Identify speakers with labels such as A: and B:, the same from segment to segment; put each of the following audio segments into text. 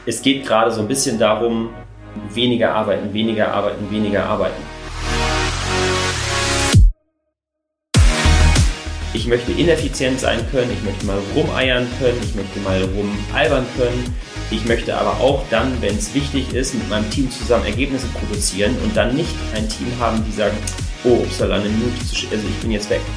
A: Es geht gerade so ein bisschen darum, weniger arbeiten, weniger arbeiten, weniger arbeiten. Ich möchte ineffizient sein können, ich möchte mal rumeiern können, ich möchte mal rumalbern können. Ich möchte aber auch dann, wenn es wichtig ist, mit meinem Team zusammen Ergebnisse produzieren und dann nicht ein Team haben, die sagen, oh, upsala, eine Minute also ich bin jetzt weg.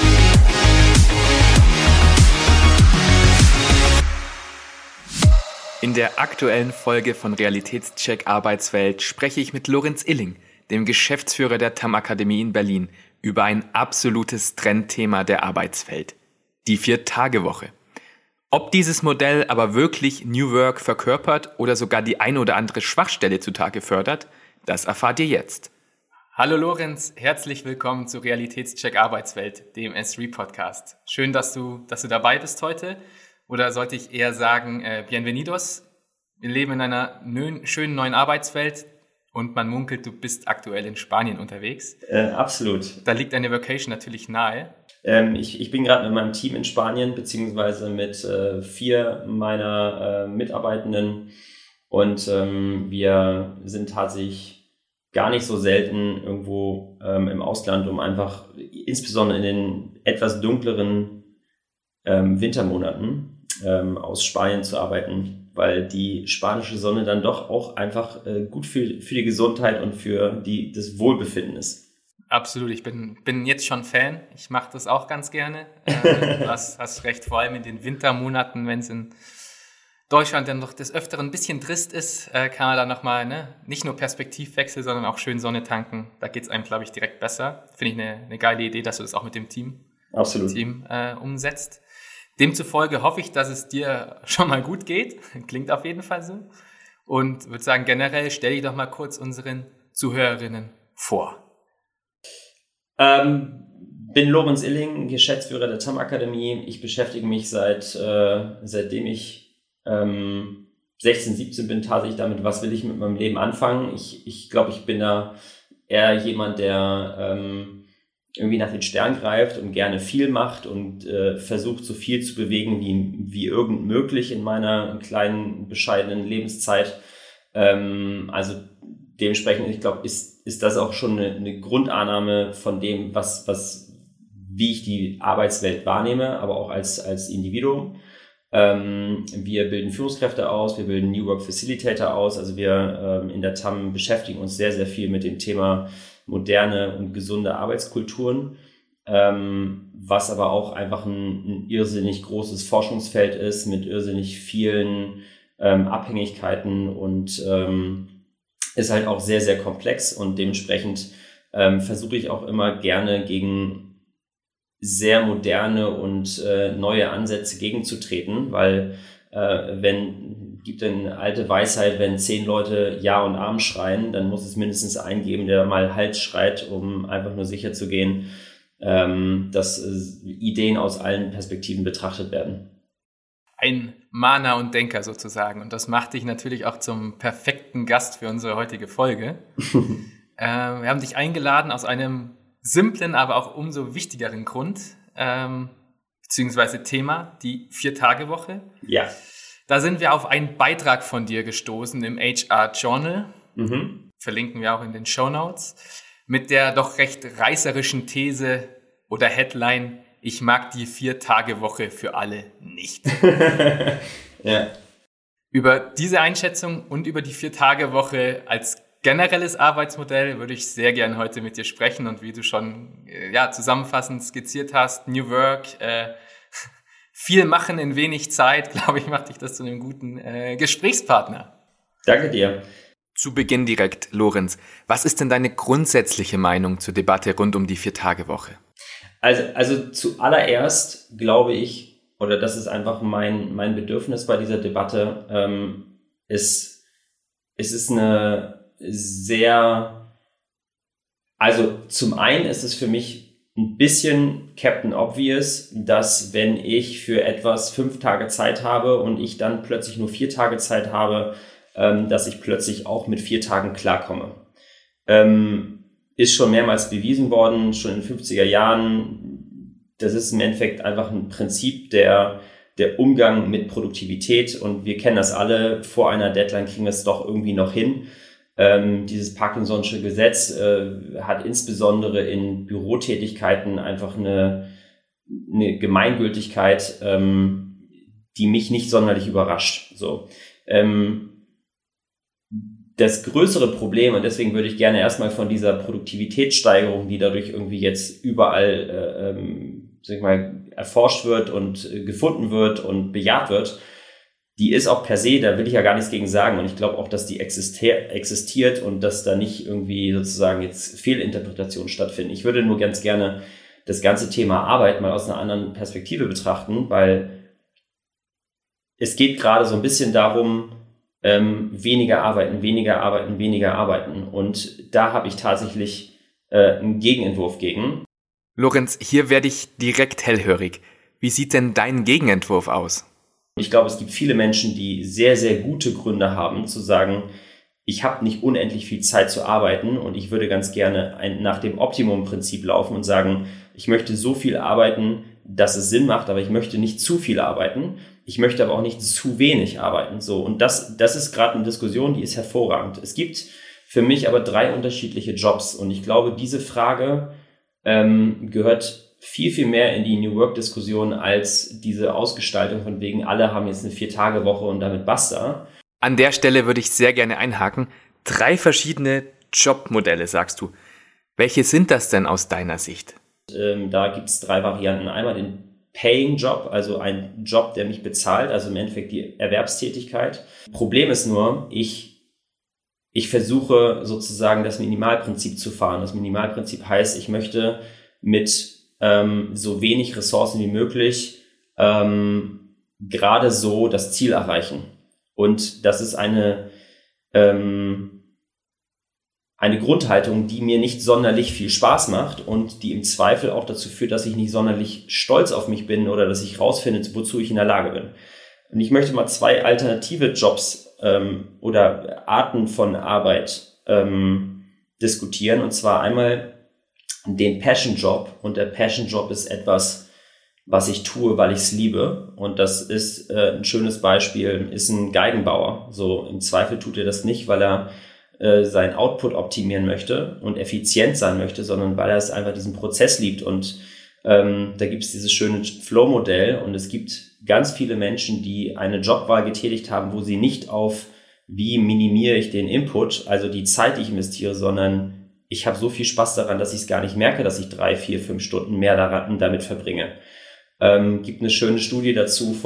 B: In der aktuellen Folge von Realitätscheck Arbeitswelt spreche ich mit Lorenz Illing, dem Geschäftsführer der TAM Akademie in Berlin, über ein absolutes Trendthema der Arbeitswelt, die 4-Tage-Woche. Ob dieses Modell aber wirklich New Work verkörpert oder sogar die eine oder andere Schwachstelle zutage fördert, das erfahrt ihr jetzt. Hallo Lorenz, herzlich willkommen zu Realitätscheck Arbeitswelt, dem S3-Podcast. Schön, dass du dabei bist heute. Oder sollte ich eher sagen, bienvenidos. Wir leben in einer schönen neuen Arbeitswelt und man munkelt, du bist aktuell in Spanien unterwegs.
A: Absolut.
B: Da liegt eine Vacation natürlich nahe.
A: Ich bin gerade mit meinem Team in Spanien, beziehungsweise mit 4 meiner Mitarbeitenden. Und wir sind tatsächlich gar nicht so selten irgendwo im Ausland, um einfach insbesondere in den etwas dunkleren Wintermonaten aus Spanien zu arbeiten, weil die spanische Sonne dann doch auch einfach gut für die Gesundheit und für das Wohlbefinden ist.
B: Absolut, ich bin jetzt schon Fan. Ich mache das auch ganz gerne. Hast recht, vor allem in den Wintermonaten, wenn es in Deutschland dann doch des Öfteren ein bisschen trist ist, kann man da nochmal nicht nur Perspektivwechsel, sondern auch schön Sonne tanken. Da geht es einem, glaube ich, direkt besser. Finde ich eine geile Idee, dass du das auch mit dem Team umsetzt. Demzufolge hoffe ich, dass es dir schon mal gut geht. Klingt auf jeden Fall so. Und würde sagen, generell stell dich doch mal kurz unseren Zuhörerinnen vor.
A: Bin Lorenz Illing, Geschäftsführer der TAM Akademie. Ich beschäftige mich seitdem ich 16, 17 bin, tatsächlich damit, was will ich mit meinem Leben anfangen. Ich glaube, ich bin da eher jemand, der irgendwie nach den Sternen greift und gerne viel macht und versucht, so viel zu bewegen wie irgend möglich in meiner kleinen, bescheidenen Lebenszeit. Also dementsprechend, ich glaube, ist das auch schon eine Grundannahme von dem, wie ich die Arbeitswelt wahrnehme, aber auch als Individuum. Wir bilden Führungskräfte aus, wir bilden New Work Facilitator aus. Also wir in der TAM beschäftigen uns sehr, sehr viel mit dem Thema moderne und gesunde Arbeitskulturen, was aber auch einfach ein irrsinnig großes Forschungsfeld ist mit irrsinnig vielen Abhängigkeiten und ist halt auch sehr, sehr komplex und dementsprechend versuche ich auch immer gerne gegen sehr moderne und neue Ansätze gegenzutreten, weil gibt eine alte Weisheit, wenn 10 Leute Ja und Amen schreien, dann muss es mindestens einen geben, der mal Halt schreit, um einfach nur sicher zu gehen, dass Ideen aus allen Perspektiven betrachtet werden.
B: Ein Mahner und Denker sozusagen. Und das macht dich natürlich auch zum perfekten Gast für unsere heutige Folge. Wir haben dich eingeladen aus einem simplen, aber auch umso wichtigeren Grund, beziehungsweise Thema, die 4-Tage-Woche.
A: Ja.
B: Da sind wir auf einen Beitrag von dir gestoßen im HR Journal. Verlinken wir auch in den Shownotes. Mit der doch recht reißerischen These oder Headline: Ich mag die 4-Tage-Woche für alle nicht.
A: Ja.
B: Über diese Einschätzung und über die 4-Tage-Woche als generelles Arbeitsmodell würde ich sehr gerne heute mit dir sprechen. Und wie du schon zusammenfassend skizziert hast, New Work, viel machen in wenig Zeit, glaube ich, macht dich das zu einem guten Gesprächspartner.
A: Danke dir.
B: Zu Beginn direkt, Lorenz, was ist denn deine grundsätzliche Meinung zur Debatte rund um die 4-Tage-Woche?
A: Also zuallererst glaube ich, oder das ist einfach mein Bedürfnis bei dieser Debatte, es ist eine sehr, also zum einen ist es für mich ein bisschen Captain Obvious, dass wenn ich für etwas 5 Tage Zeit habe und ich dann plötzlich nur 4 Tage Zeit habe, dass ich plötzlich auch mit 4 Tagen klarkomme. Ist schon mehrmals bewiesen worden, schon in den 50er Jahren. Das ist im Endeffekt einfach ein Prinzip der der Umgang mit Produktivität. Und wir kennen das alle, vor einer Deadline kriegen wir es doch irgendwie noch hin. Dieses Parkinson'sche Gesetz hat insbesondere in Bürotätigkeiten einfach eine Gemeingültigkeit, die mich nicht sonderlich überrascht. So. Das größere Problem, und deswegen würde ich gerne erstmal von dieser Produktivitätssteigerung, die dadurch irgendwie jetzt überall sag ich mal, erforscht wird und gefunden wird und bejaht wird, die ist auch per se, da will ich ja gar nichts gegen sagen, und ich glaube auch, dass die existiert und dass da nicht irgendwie sozusagen jetzt Fehlinterpretationen stattfinden. Ich würde nur ganz gerne das ganze Thema Arbeit mal aus einer anderen Perspektive betrachten, weil es geht gerade so ein bisschen darum, weniger arbeiten. Und da habe ich tatsächlich einen Gegenentwurf gegen.
B: Lorenz, hier werde ich direkt hellhörig. Wie sieht denn dein Gegenentwurf aus?
A: Ich glaube, es gibt viele Menschen, die sehr, sehr gute Gründe haben, zu sagen, ich habe nicht unendlich viel Zeit zu arbeiten und ich würde ganz gerne nach dem Optimum-Prinzip laufen und sagen, ich möchte so viel arbeiten, dass es Sinn macht, aber ich möchte nicht zu viel arbeiten. Ich möchte aber auch nicht zu wenig arbeiten. So, und das ist gerade eine Diskussion, die ist hervorragend. Es gibt für mich aber 3 unterschiedliche Jobs und ich glaube, diese Frage gehört viel, viel mehr in die New Work-Diskussion als diese Ausgestaltung von wegen, alle haben jetzt eine 4-Tage-Woche und damit basta.
B: An der Stelle würde ich sehr gerne einhaken. 3 verschiedene Jobmodelle, sagst du. Welche sind das denn aus deiner Sicht?
A: Da gibt es 3 Varianten. Einmal den Paying-Job, also ein Job, der mich bezahlt, also im Endeffekt die Erwerbstätigkeit. Problem ist nur, ich versuche sozusagen das Minimalprinzip zu fahren. Das Minimalprinzip heißt, ich möchte mit so wenig Ressourcen wie möglich gerade so das Ziel erreichen. Und das ist eine Grundhaltung, die mir nicht sonderlich viel Spaß macht und die im Zweifel auch dazu führt, dass ich nicht sonderlich stolz auf mich bin oder dass ich rausfinde, wozu ich in der Lage bin. Und ich möchte mal 2 alternative Jobs oder Arten von Arbeit diskutieren. Und zwar einmal den Passion-Job. Und der Passion-Job ist etwas, was ich tue, weil ich es liebe. Und das ist ein schönes Beispiel, ist ein Geigenbauer. So im Zweifel tut er das nicht, weil er seinen Output optimieren möchte und effizient sein möchte, sondern weil er es einfach diesen Prozess liebt. Und da gibt es dieses schöne Flow-Modell und es gibt ganz viele Menschen, die eine Jobwahl getätigt haben, wo sie nicht auf, wie minimiere ich den Input, also die Zeit, die ich investiere, sondern ich habe so viel Spaß daran, dass ich es gar nicht merke, dass ich 3, 4, 5 Stunden mehr damit verbringe. Gibt eine schöne Studie dazu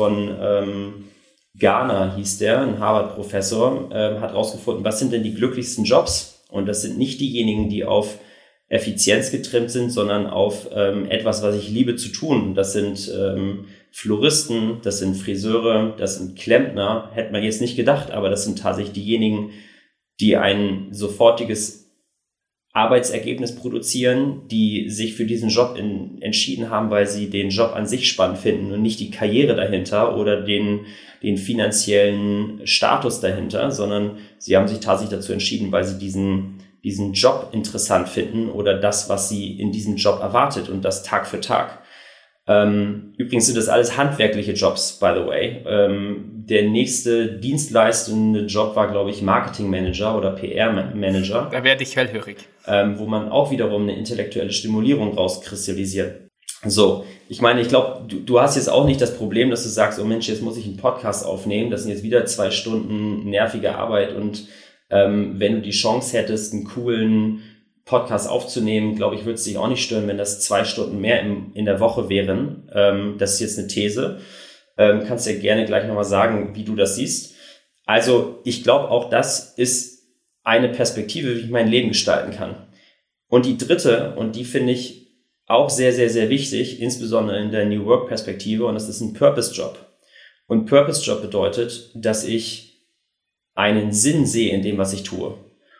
A: von Garner, hieß der, ein Harvard-Professor, hat rausgefunden, was sind denn die glücklichsten Jobs? Und das sind nicht diejenigen, die auf Effizienz getrimmt sind, sondern auf etwas, was ich liebe zu tun. Das sind Floristen, das sind Friseure, das sind Klempner, hätte man jetzt nicht gedacht, aber das sind tatsächlich diejenigen, die ein sofortiges Arbeitsergebnis produzieren, die sich für diesen Job entschieden haben, weil sie den Job an sich spannend finden und nicht die Karriere dahinter oder den finanziellen Status dahinter, sondern sie haben sich tatsächlich dazu entschieden, weil sie diesen Job interessant finden oder das, was sie in diesem Job erwartet und das Tag für Tag. Übrigens sind das alles handwerkliche Jobs, by the way. Der nächste dienstleistende Job war, glaube ich, Marketingmanager oder PR-Manager.
B: Da werde ich hellhörig.
A: Wo man auch wiederum eine intellektuelle Stimulierung rauskristallisiert. So, ich meine, ich glaube, du hast jetzt auch nicht das Problem, dass du sagst, oh Mensch, jetzt muss ich einen Podcast aufnehmen. Das sind jetzt wieder 2 Stunden nervige Arbeit und wenn du die Chance hättest, einen coolen Podcast aufzunehmen, glaube ich, würde es dich auch nicht stören, wenn das 2 Stunden mehr in der Woche wären. Das ist jetzt eine These. Kannst ja gerne gleich nochmal sagen, wie du das siehst. Also ich glaube, auch das ist eine Perspektive, wie ich mein Leben gestalten kann. Und die dritte, und die finde ich auch sehr, sehr, sehr wichtig, insbesondere in der New Work-Perspektive, und das ist ein Purpose-Job. Und Purpose-Job bedeutet, dass ich einen Sinn sehe in dem, was ich tue.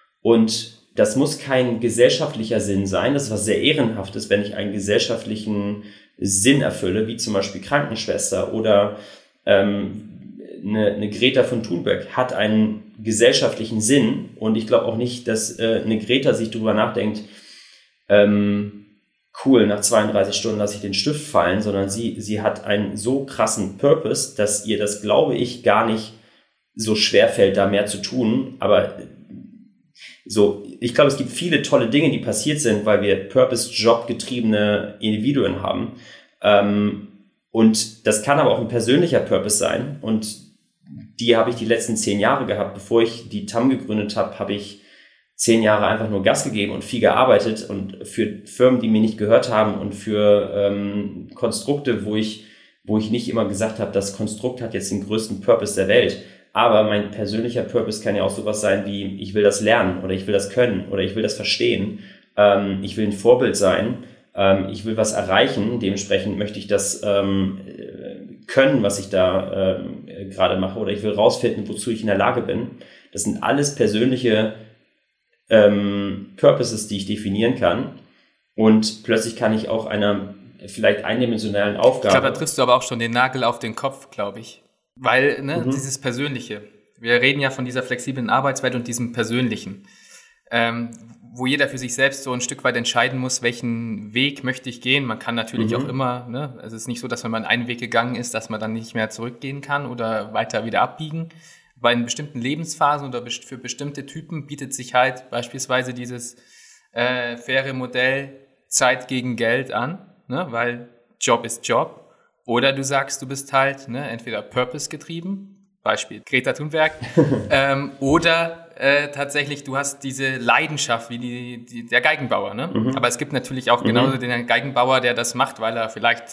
A: Und das muss kein gesellschaftlicher Sinn sein. Das ist was sehr Ehrenhaftes, wenn ich einen gesellschaftlichen Sinn erfülle, wie zum Beispiel Krankenschwester oder eine Greta von Thunberg hat einen gesellschaftlichen Sinn. Und ich glaube auch nicht, dass eine Greta sich darüber nachdenkt, cool, nach 32 Stunden lasse ich den Stift fallen, sondern sie hat einen so krassen Purpose, dass ihr das, glaube ich, gar nicht so schwer fällt, da mehr zu tun. Aber so, ich glaube, es gibt viele tolle Dinge, die passiert sind, weil wir Purpose-Job-getriebene Individuen haben. Und das kann aber auch ein persönlicher Purpose sein. Und die habe ich die letzten 10 Jahre gehabt. Bevor ich die TAM gegründet habe, habe ich 10 Jahre einfach nur Gas gegeben und viel gearbeitet und für Firmen, die mir nicht gehört haben und für Konstrukte, wo ich nicht immer gesagt habe, das Konstrukt hat jetzt den größten Purpose der Welt. Aber mein persönlicher Purpose kann ja auch sowas sein wie, ich will das lernen oder ich will das können oder ich will das verstehen. Ich will ein Vorbild sein. Ich will was erreichen. Dementsprechend möchte ich das können, was ich da gerade mache. Oder ich will rausfinden, wozu ich in der Lage bin. Das sind alles persönliche Purposes, die ich definieren kann. Und plötzlich kann ich auch einer vielleicht eindimensionalen Aufgabe...
B: Ich glaube, da triffst du aber auch schon den Nagel auf den Kopf, glaube ich. Weil, dieses Persönliche, wir reden ja von dieser flexiblen Arbeitswelt und diesem Persönlichen, wo jeder für sich selbst so ein Stück weit entscheiden muss, welchen Weg möchte ich gehen. Man kann natürlich auch immer, es ist nicht so, dass wenn man einen Weg gegangen ist, dass man dann nicht mehr zurückgehen kann oder weiter wieder abbiegen. Bei in bestimmten Lebensphasen oder für bestimmte Typen bietet sich halt beispielsweise dieses faire Modell Zeit gegen Geld an, ne? Weil Job ist Job. Oder du sagst, du bist halt entweder Purpose getrieben, Beispiel Greta Thunberg, oder tatsächlich du hast diese Leidenschaft wie der Geigenbauer. Ne? Aber es gibt natürlich auch genauso den Geigenbauer, der das macht, weil er vielleicht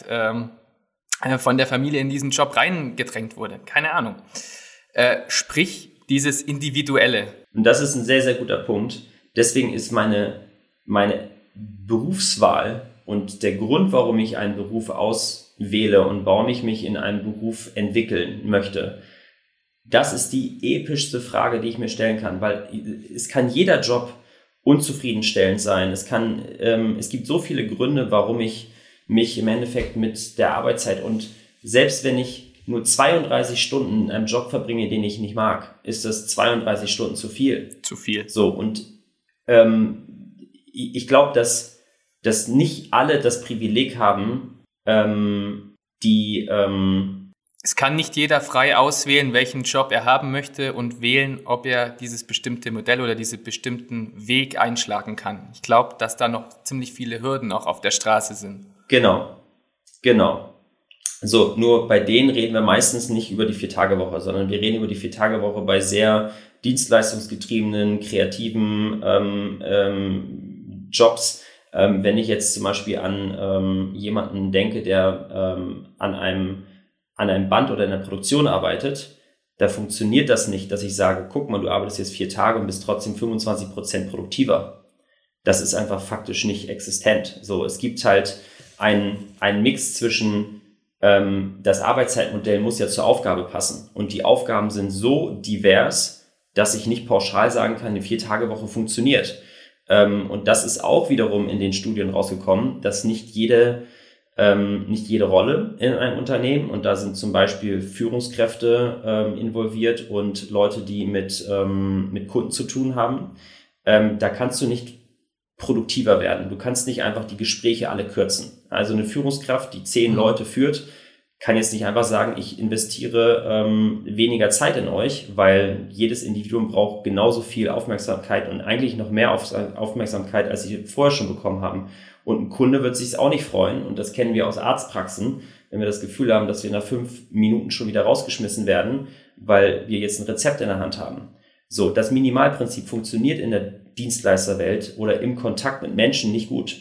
B: von der Familie in diesen Job reingedrängt wurde. Keine Ahnung. Sprich, dieses Individuelle.
A: Und das ist ein sehr, sehr guter Punkt. Deswegen ist meine Berufswahl und der Grund, warum ich einen Beruf auswähle und warum ich mich in einem Beruf entwickeln möchte, das ist die epischste Frage, die ich mir stellen kann, weil es kann jeder Job unzufriedenstellend sein. Es gibt so viele Gründe, warum ich mich im Endeffekt mit der Arbeitszeit und selbst wenn ich nur 32 Stunden in einem Job verbringe, den ich nicht mag, ist das 32 Stunden zu viel.
B: Zu viel.
A: So, und ich glaube, dass nicht alle das Privileg haben,
B: es kann nicht jeder frei auswählen, welchen Job er haben möchte und wählen, ob er dieses bestimmte Modell oder diesen bestimmten Weg einschlagen kann. Ich glaube, dass da noch ziemlich viele Hürden auch auf der Straße sind.
A: Genau. So, nur bei denen reden wir meistens nicht über die 4-Tage-Woche, sondern wir reden über die 4-Tage-Woche bei sehr dienstleistungsgetriebenen, kreativen Jobs. Wenn ich jetzt zum Beispiel an jemanden denke, der an einem Band oder in der Produktion arbeitet, da funktioniert das nicht, dass ich sage, guck mal, du arbeitest jetzt 4 Tage und bist trotzdem 25% produktiver. Das ist einfach faktisch nicht existent. So, es gibt halt einen Mix zwischen das Arbeitszeitmodell muss ja zur Aufgabe passen. Und die Aufgaben sind so divers, dass ich nicht pauschal sagen kann, eine 4-Tage-Woche funktioniert. Und das ist auch wiederum in den Studien rausgekommen, dass nicht jede Rolle in einem Unternehmen, und da sind zum Beispiel Führungskräfte involviert und Leute, die mit Kunden zu tun haben, da kannst du nicht produktiver werden. Du kannst nicht einfach die Gespräche alle kürzen. Also eine Führungskraft, die 10 Leute führt, kann jetzt nicht einfach sagen, ich investiere weniger Zeit in euch, weil jedes Individuum braucht genauso viel Aufmerksamkeit und eigentlich noch mehr Aufmerksamkeit, als sie vorher schon bekommen haben. Und ein Kunde wird sich auch nicht freuen, und das kennen wir aus Arztpraxen, wenn wir das Gefühl haben, dass wir nach 5 Minuten schon wieder rausgeschmissen werden, weil wir jetzt ein Rezept in der Hand haben. So, das Minimalprinzip funktioniert in der Dienstleisterwelt oder im Kontakt mit Menschen nicht gut.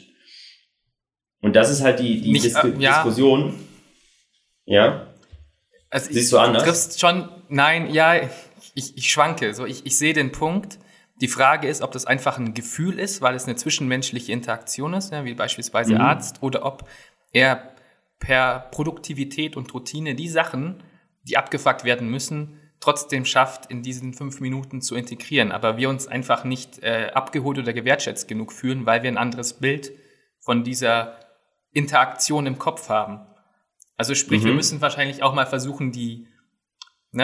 A: Und das ist halt die Diskussion. Ja?
B: Also
A: siehst du anders?
B: Du triffst schon, nein, ja, ich schwanke. So, ich sehe den Punkt. Die Frage ist, ob das einfach ein Gefühl ist, weil es eine zwischenmenschliche Interaktion ist, ja, wie beispielsweise Arzt, oder ob er per Produktivität und Routine die Sachen, die abgefuckt werden müssen, trotzdem schafft, in diesen 5 Minuten zu integrieren. Aber wir uns einfach nicht abgeholt oder gewertschätzt genug fühlen, weil wir ein anderes Bild von dieser Interaktion im Kopf haben. Also sprich, wir müssen wahrscheinlich auch mal versuchen, die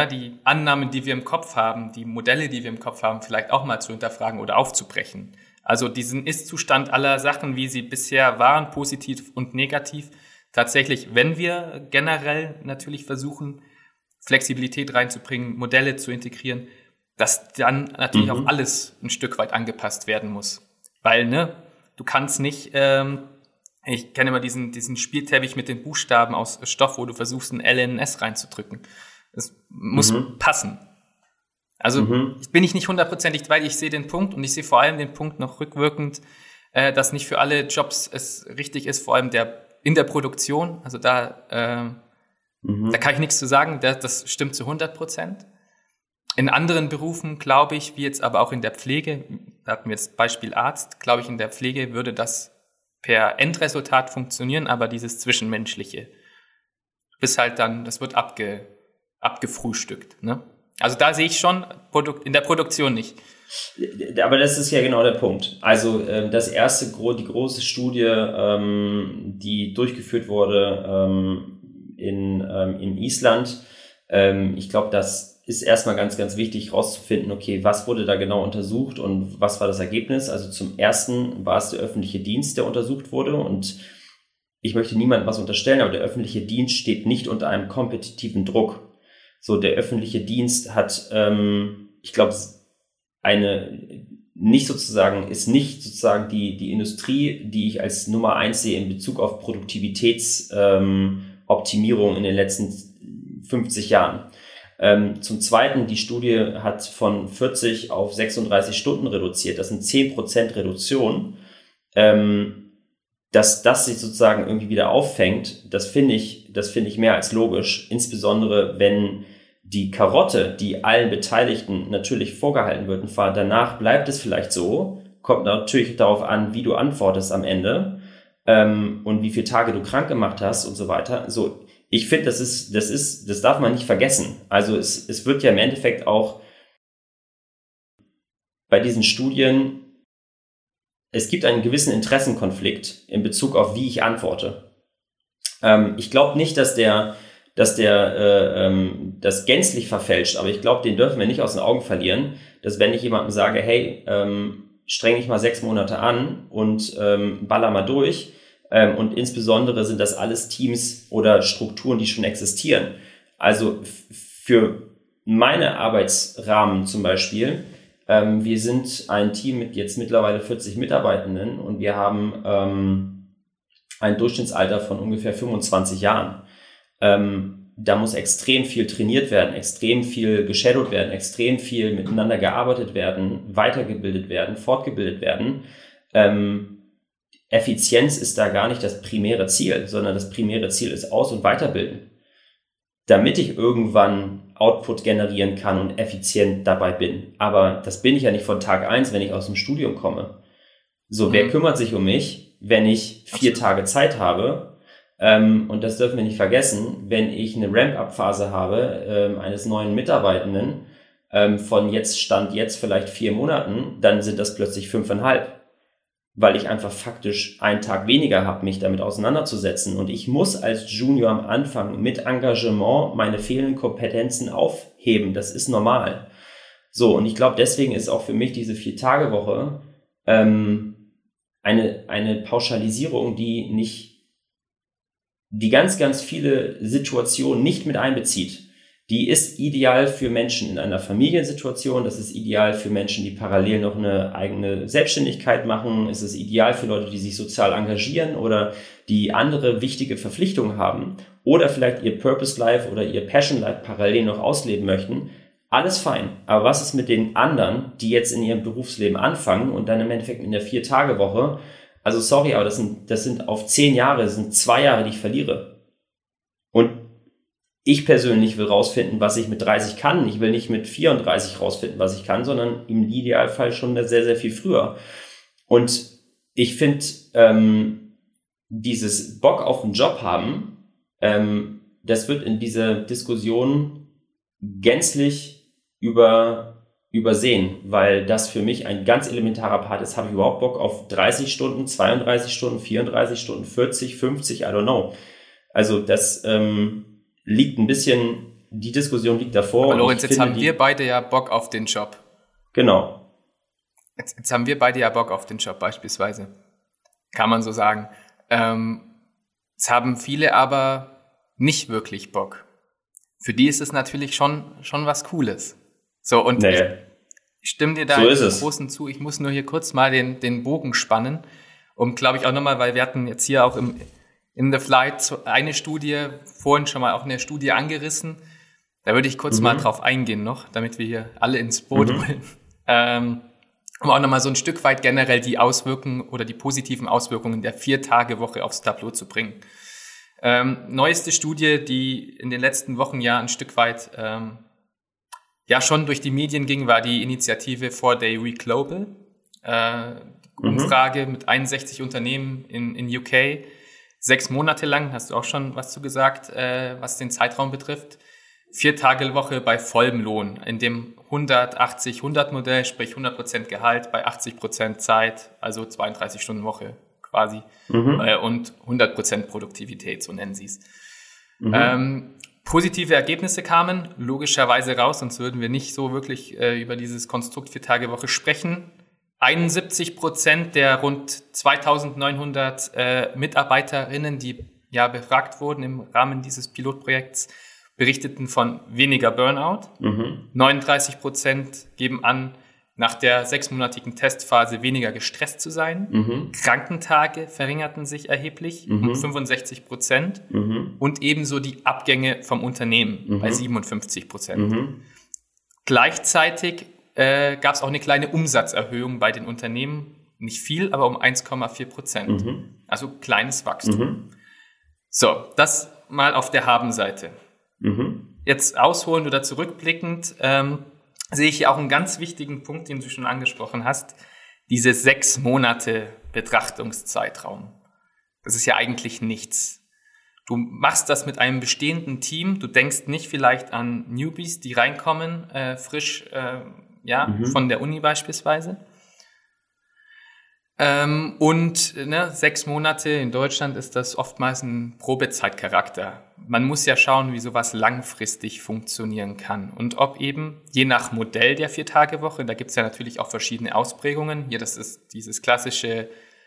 B: Annahmen, die wir im Kopf haben, die Modelle, die wir im Kopf haben, vielleicht auch mal zu hinterfragen oder aufzubrechen. Also diesen Ist-Zustand aller Sachen, wie sie bisher waren, positiv und negativ. Tatsächlich, wenn wir generell natürlich versuchen, Flexibilität reinzubringen, Modelle zu integrieren, dass dann natürlich auf alles ein Stück weit angepasst werden muss. Weil, du kannst nicht, ich kenne immer diesen Spielteppich mit den Buchstaben aus Stoff, wo du versuchst, ein L in ein S reinzudrücken. Das muss passen. Also bin ich nicht hundertprozentig weit, ich sehe den Punkt und ich sehe vor allem den Punkt noch rückwirkend, dass nicht für alle Jobs es richtig ist, vor allem in der Produktion, also da kann ich nichts zu sagen, das stimmt zu 100%. In anderen Berufen, glaube ich, wie jetzt aber auch in der Pflege, da hatten wir das Beispiel Arzt, glaube ich, in der Pflege würde das per Endresultat funktionieren, aber dieses Zwischenmenschliche bis halt dann, das wird abgefrühstückt, ne? Also da sehe ich schon in der Produktion nicht.
A: Aber das ist ja genau der Punkt. Also die große Studie, die durchgeführt wurde in Island, ich glaube, das ist erstmal ganz, ganz wichtig rauszufinden, okay, was wurde da genau untersucht und was war das Ergebnis? Also zum ersten war es der öffentliche Dienst, der untersucht wurde, und ich möchte niemandem was unterstellen, aber der öffentliche Dienst steht nicht unter einem kompetitiven Druck. So, der öffentliche Dienst hat, ich glaube, ist nicht sozusagen die Industrie, die ich als Nummer 1 sehe in Bezug auf Produktivitätsoptimierung in den letzten 50 Jahren. Zum Zweiten, die Studie hat von 40 auf 36 Stunden reduziert. Das sind 10% Reduktion. Dass das sich sozusagen irgendwie wieder auffängt, das finde ich mehr als logisch. Insbesondere, wenn die Karotte, die allen Beteiligten natürlich vorgehalten wird, und danach bleibt es vielleicht so, kommt natürlich darauf an, wie du antwortest am Ende, und wie viele Tage du krank gemacht hast und so weiter. So, ich finde, das darf man nicht vergessen. Also es wird ja im Endeffekt auch bei diesen Studien, es gibt einen gewissen Interessenkonflikt in Bezug auf, wie ich antworte. Ich glaube nicht, dass der das gänzlich verfälscht, aber ich glaube, den dürfen wir nicht aus den Augen verlieren, dass wenn ich jemandem sage, hey, streng dich mal 6 Monate an und baller mal durch, und insbesondere sind das alles Teams oder Strukturen, die schon existieren. Also für meine Arbeitsrahmen zum Beispiel, wir sind ein Team mit jetzt mittlerweile 40 Mitarbeitenden und wir haben ein Durchschnittsalter von ungefähr 25 Jahren. Da muss extrem viel trainiert werden, extrem viel geshadowt werden, extrem viel miteinander gearbeitet werden, weitergebildet werden, fortgebildet werden. Effizienz ist da gar nicht das primäre Ziel, sondern das primäre Ziel ist Aus- und Weiterbilden, damit ich irgendwann Output generieren kann und effizient dabei bin. Aber das bin ich ja nicht von Tag 1, wenn ich aus dem Studium komme. So, wer kümmert sich um mich, wenn ich 4 Tage Zeit habe? Und das dürfen wir nicht vergessen, wenn ich eine Ramp-up-Phase habe eines neuen Mitarbeitenden von Stand jetzt vielleicht 4 Monaten, dann sind das plötzlich 5,5, weil ich einfach faktisch einen Tag weniger habe, mich damit auseinanderzusetzen. Und ich muss als Junior am Anfang mit Engagement meine fehlenden Kompetenzen aufheben. Das ist normal. So, und ich glaube, deswegen ist auch für mich diese 4-Tage-Woche eine Pauschalisierung, die ganz, ganz viele Situationen nicht mit einbezieht. Die ist ideal für Menschen in einer Familiensituation, das ist ideal für Menschen, die parallel noch eine eigene Selbstständigkeit machen, es ist ideal für Leute, die sich sozial engagieren oder die andere wichtige Verpflichtungen haben oder vielleicht ihr Purpose Life oder ihr Passion Life parallel noch ausleben möchten. Alles fein. Aber was ist mit den anderen, die jetzt in ihrem Berufsleben anfangen und dann im Endeffekt in der 4-Tage-Woche? Also sorry, aber das sind auf 10 Jahre, das sind 2 Jahre, die ich verliere. Und ich persönlich will rausfinden, was ich mit 30 kann. Ich will nicht mit 34 rausfinden, was ich kann, sondern im Idealfall schon sehr, sehr viel früher. Und ich finde, dieses Bock auf einen Job haben, das wird in dieser Diskussion gänzlich übersehen, weil das für mich ein ganz elementarer Part ist. Habe ich überhaupt Bock auf 30 Stunden, 32 Stunden, 34 Stunden, 40, 50, I don't know. Also das liegt ein bisschen, die Diskussion liegt davor.
B: Aber Lorenz, jetzt haben wir beide ja Bock auf den Job.
A: Genau.
B: Jetzt haben wir beide ja Bock auf den Job beispielsweise. Kann man so sagen. Es haben viele aber nicht wirklich Bock. Für die ist es natürlich schon was Cooles. So, und ich stimme dir da im Großen zu. Ich muss nur hier kurz mal den Bogen spannen. Und glaube ich auch nochmal, weil wir hatten jetzt hier auch in The Flight eine Studie, vorhin schon mal auch eine Studie angerissen. Da würde ich kurz mal drauf eingehen noch, damit wir hier alle ins Boot holen. Um auch nochmal so ein Stück weit generell die Auswirkungen oder die positiven Auswirkungen der 4-Tage-Woche aufs Tableau zu bringen. Neueste Studie, die in den letzten Wochen ja ein Stück weit schon durch die Medien ging, war die Initiative 4-Day Week Global. Umfrage mit 61 Unternehmen in UK. 6 Monate lang, hast du auch schon was zu gesagt, was den Zeitraum betrifft. 4-Tage-Woche bei vollem Lohn, in dem 180-100-Modell, sprich 100% Gehalt bei 80% Zeit, also 32-Stunden-Woche quasi, und 100% Produktivität, so nennen sie es. Positive Ergebnisse kamen logischerweise raus, sonst würden wir nicht so wirklich über dieses Konstrukt 4-Tage-Woche sprechen. 71% der rund 2.900 Mitarbeiterinnen, die ja befragt wurden im Rahmen dieses Pilotprojekts, berichteten von weniger Burnout. 39% geben an, nach der 6-monatigen Testphase weniger gestresst zu sein. Krankentage verringerten sich erheblich um 65%. Und ebenso die Abgänge vom Unternehmen bei 57%. Gleichzeitig gab es auch eine kleine Umsatzerhöhung bei den Unternehmen. Nicht viel, aber um 1,4%. Also kleines Wachstum. So, das mal auf der Habenseite. Jetzt ausholend oder zurückblickend sehe ich hier auch einen ganz wichtigen Punkt, den du schon angesprochen hast. Diese 6 Monate Betrachtungszeitraum. Das ist ja eigentlich nichts. Du machst das mit einem bestehenden Team. Du denkst nicht vielleicht an Newbies, die reinkommen, frisch von der Uni beispielsweise. Und 6 Monate in Deutschland ist das oftmals ein Probezeitcharakter. Man muss ja schauen, wie sowas langfristig funktionieren kann und ob eben je nach Modell der 4-Tage-Woche, da gibt es ja natürlich auch verschiedene Ausprägungen. Hier, das ist dieses klassische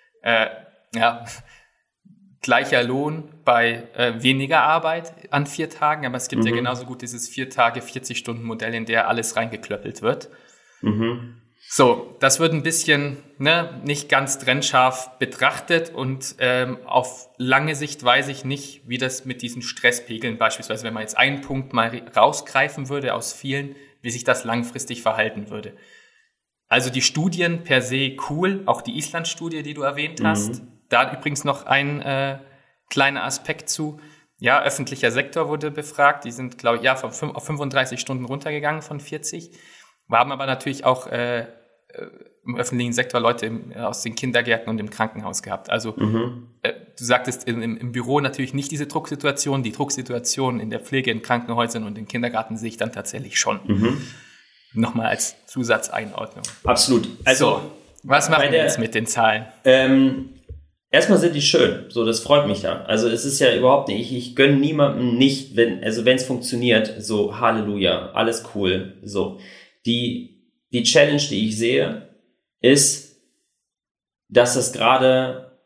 B: gleicher Lohn bei weniger Arbeit an 4 Tagen, aber es gibt ja genauso gut dieses 4-Tage-40-Stunden-Modell, in der alles reingeklöppelt wird. So, das wird ein bisschen nicht ganz trennscharf betrachtet und auf lange Sicht weiß ich nicht, wie das mit diesen Stresspegeln beispielsweise, wenn man jetzt einen Punkt mal rausgreifen würde aus vielen, wie sich das langfristig verhalten würde. Also die Studien per se cool, auch die Island-Studie, die du erwähnt hast. Da übrigens noch ein kleiner Aspekt zu. Ja, öffentlicher Sektor wurde befragt. Die sind, glaube ich, auf 35 Stunden runtergegangen von 40. Wir haben aber natürlich auch im öffentlichen Sektor Leute aus den Kindergärten und im Krankenhaus gehabt. Also du sagtest im Büro natürlich nicht diese Drucksituation. Die Drucksituation in der Pflege, in Krankenhäusern und im Kindergarten sehe ich dann tatsächlich schon. Nochmal als Zusatzeinordnung.
A: Absolut.
B: Also, was machen wir jetzt mit den Zahlen?
A: Erstmal sind die schön. So, das freut mich da. Also es ist ja überhaupt nicht, ich gönne niemandem nicht, wenn es funktioniert, so Halleluja, alles cool. So. Die Challenge, die ich sehe, ist, dass das gerade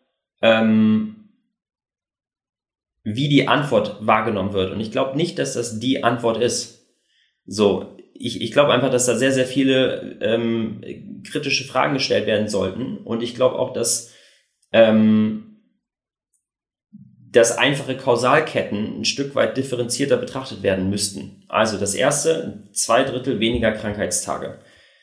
A: wie die Antwort wahrgenommen wird. Und ich glaube nicht, dass das die Antwort ist. So, ich glaube einfach, dass da sehr, sehr viele kritische Fragen gestellt werden sollten. Und ich glaube auch, dass einfache Kausalketten ein Stück weit differenzierter betrachtet werden müssten. Also das erste, 2/3 weniger Krankheitstage.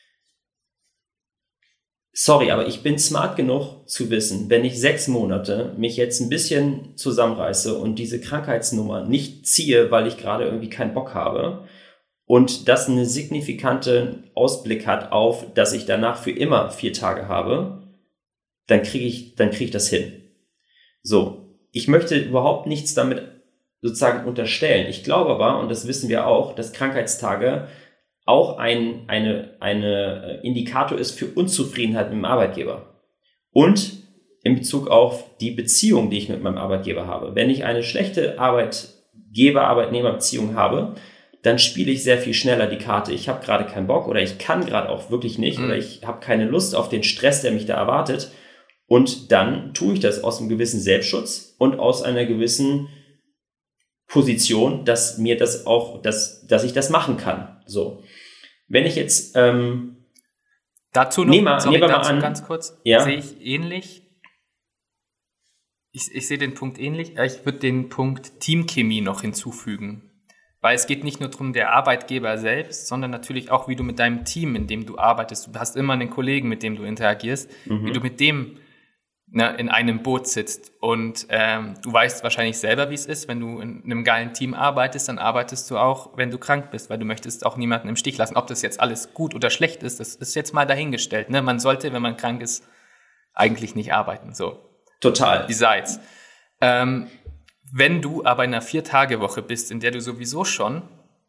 A: Sorry, aber ich bin smart genug zu wissen, wenn ich 6 Monate mich jetzt ein bisschen zusammenreiße und diese Krankheitsnummer nicht ziehe, weil ich gerade irgendwie keinen Bock habe und das einen signifikanten Ausblick hat auf, dass ich danach für immer 4 Tage habe, dann kriege ich das hin. So, ich möchte überhaupt nichts damit sozusagen unterstellen. Ich glaube aber, und das wissen wir auch, dass Krankheitstage auch ein Indikator ist für Unzufriedenheit mit dem Arbeitgeber. Und in Bezug auf die Beziehung, die ich mit meinem Arbeitgeber habe. Wenn ich eine schlechte Arbeitgeber-Arbeitnehmer-Beziehung habe, dann spiele ich sehr viel schneller die Karte. Ich habe gerade keinen Bock oder ich kann gerade auch wirklich nicht oder ich habe keine Lust auf den Stress, der mich da erwartet. Und dann tue ich das aus einem gewissen Selbstschutz und aus einer gewissen Position, dass mir das auch, dass ich das machen kann. So. Wenn ich jetzt
B: dazu noch,
A: nehmen wir mal an,
B: ganz kurz,
A: ja?
B: Sehe ich ähnlich. Ich sehe den Punkt ähnlich. Ich würde den Punkt Teamchemie noch hinzufügen. Weil es geht nicht nur darum, der Arbeitgeber selbst, sondern natürlich auch, wie du mit deinem Team, in dem du arbeitest, du hast immer einen Kollegen, mit dem du interagierst, wie du mit dem in einem Boot sitzt. Und du weißt wahrscheinlich selber, wie es ist, wenn du in einem geilen Team arbeitest, dann arbeitest du auch, wenn du krank bist, weil du möchtest auch niemanden im Stich lassen. Ob das jetzt alles gut oder schlecht ist, das ist jetzt mal dahingestellt. Ne? Man sollte, wenn man krank ist, eigentlich nicht arbeiten. So.
A: Total.
B: Besides. Wenn du aber in einer 4-Tage-Woche bist, in der du sowieso schon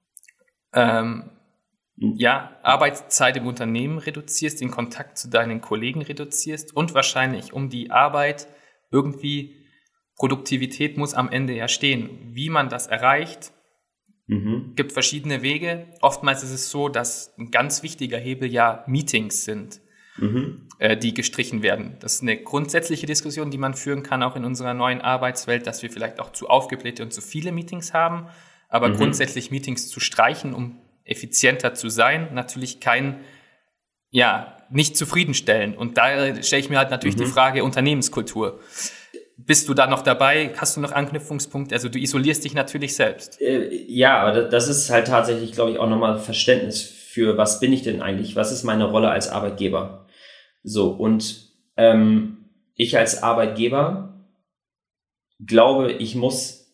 B: Arbeitszeit im Unternehmen reduzierst, den Kontakt zu deinen Kollegen reduzierst und wahrscheinlich um die Arbeit irgendwie Produktivität muss am Ende ja stehen. Wie man das erreicht, gibt verschiedene Wege. Oftmals ist es so, dass ein ganz wichtiger Hebel ja Meetings sind, die gestrichen werden. Das ist eine grundsätzliche Diskussion, die man führen kann, auch in unserer neuen Arbeitswelt, dass wir vielleicht auch zu aufgeblähte und zu viele Meetings haben, aber grundsätzlich Meetings zu streichen, um effizienter zu sein, natürlich nicht zufriedenstellen. Und da stelle ich mir halt natürlich die Frage Unternehmenskultur. Bist du da noch dabei? Hast du noch Anknüpfungspunkte? Also du isolierst dich natürlich selbst.
A: Ja, aber das ist halt tatsächlich, glaube ich, auch nochmal Verständnis für, was bin ich denn eigentlich? Was ist meine Rolle als Arbeitgeber? So, und ich als Arbeitgeber glaube, ich muss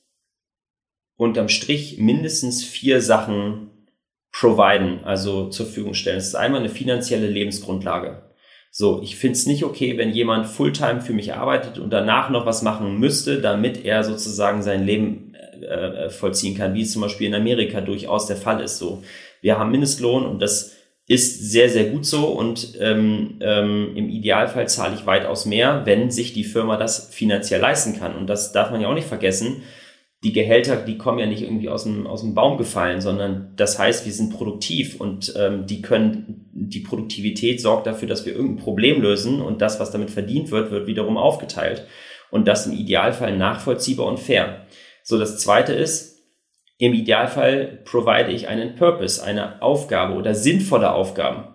A: unterm Strich mindestens 4 Sachen providen, also zur Verfügung stellen. Das ist einmal eine finanzielle Lebensgrundlage. So, ich finde es nicht okay, wenn jemand Fulltime für mich arbeitet und danach noch was machen müsste, damit er sozusagen sein Leben vollziehen kann, wie es zum Beispiel in Amerika durchaus der Fall ist. So, wir haben Mindestlohn und das ist sehr, sehr gut so und im Idealfall zahle ich weitaus mehr, wenn sich die Firma das finanziell leisten kann. Und das darf man ja auch nicht vergessen. Die Gehälter, die kommen ja nicht irgendwie aus dem Baum gefallen, sondern das heißt, wir sind produktiv und die Produktivität sorgt dafür, dass wir irgendein Problem lösen und das, was damit verdient wird, wird wiederum aufgeteilt. Und das im Idealfall nachvollziehbar und fair. So, das Zweite ist, im Idealfall provide ich einen Purpose, eine Aufgabe oder sinnvolle Aufgaben.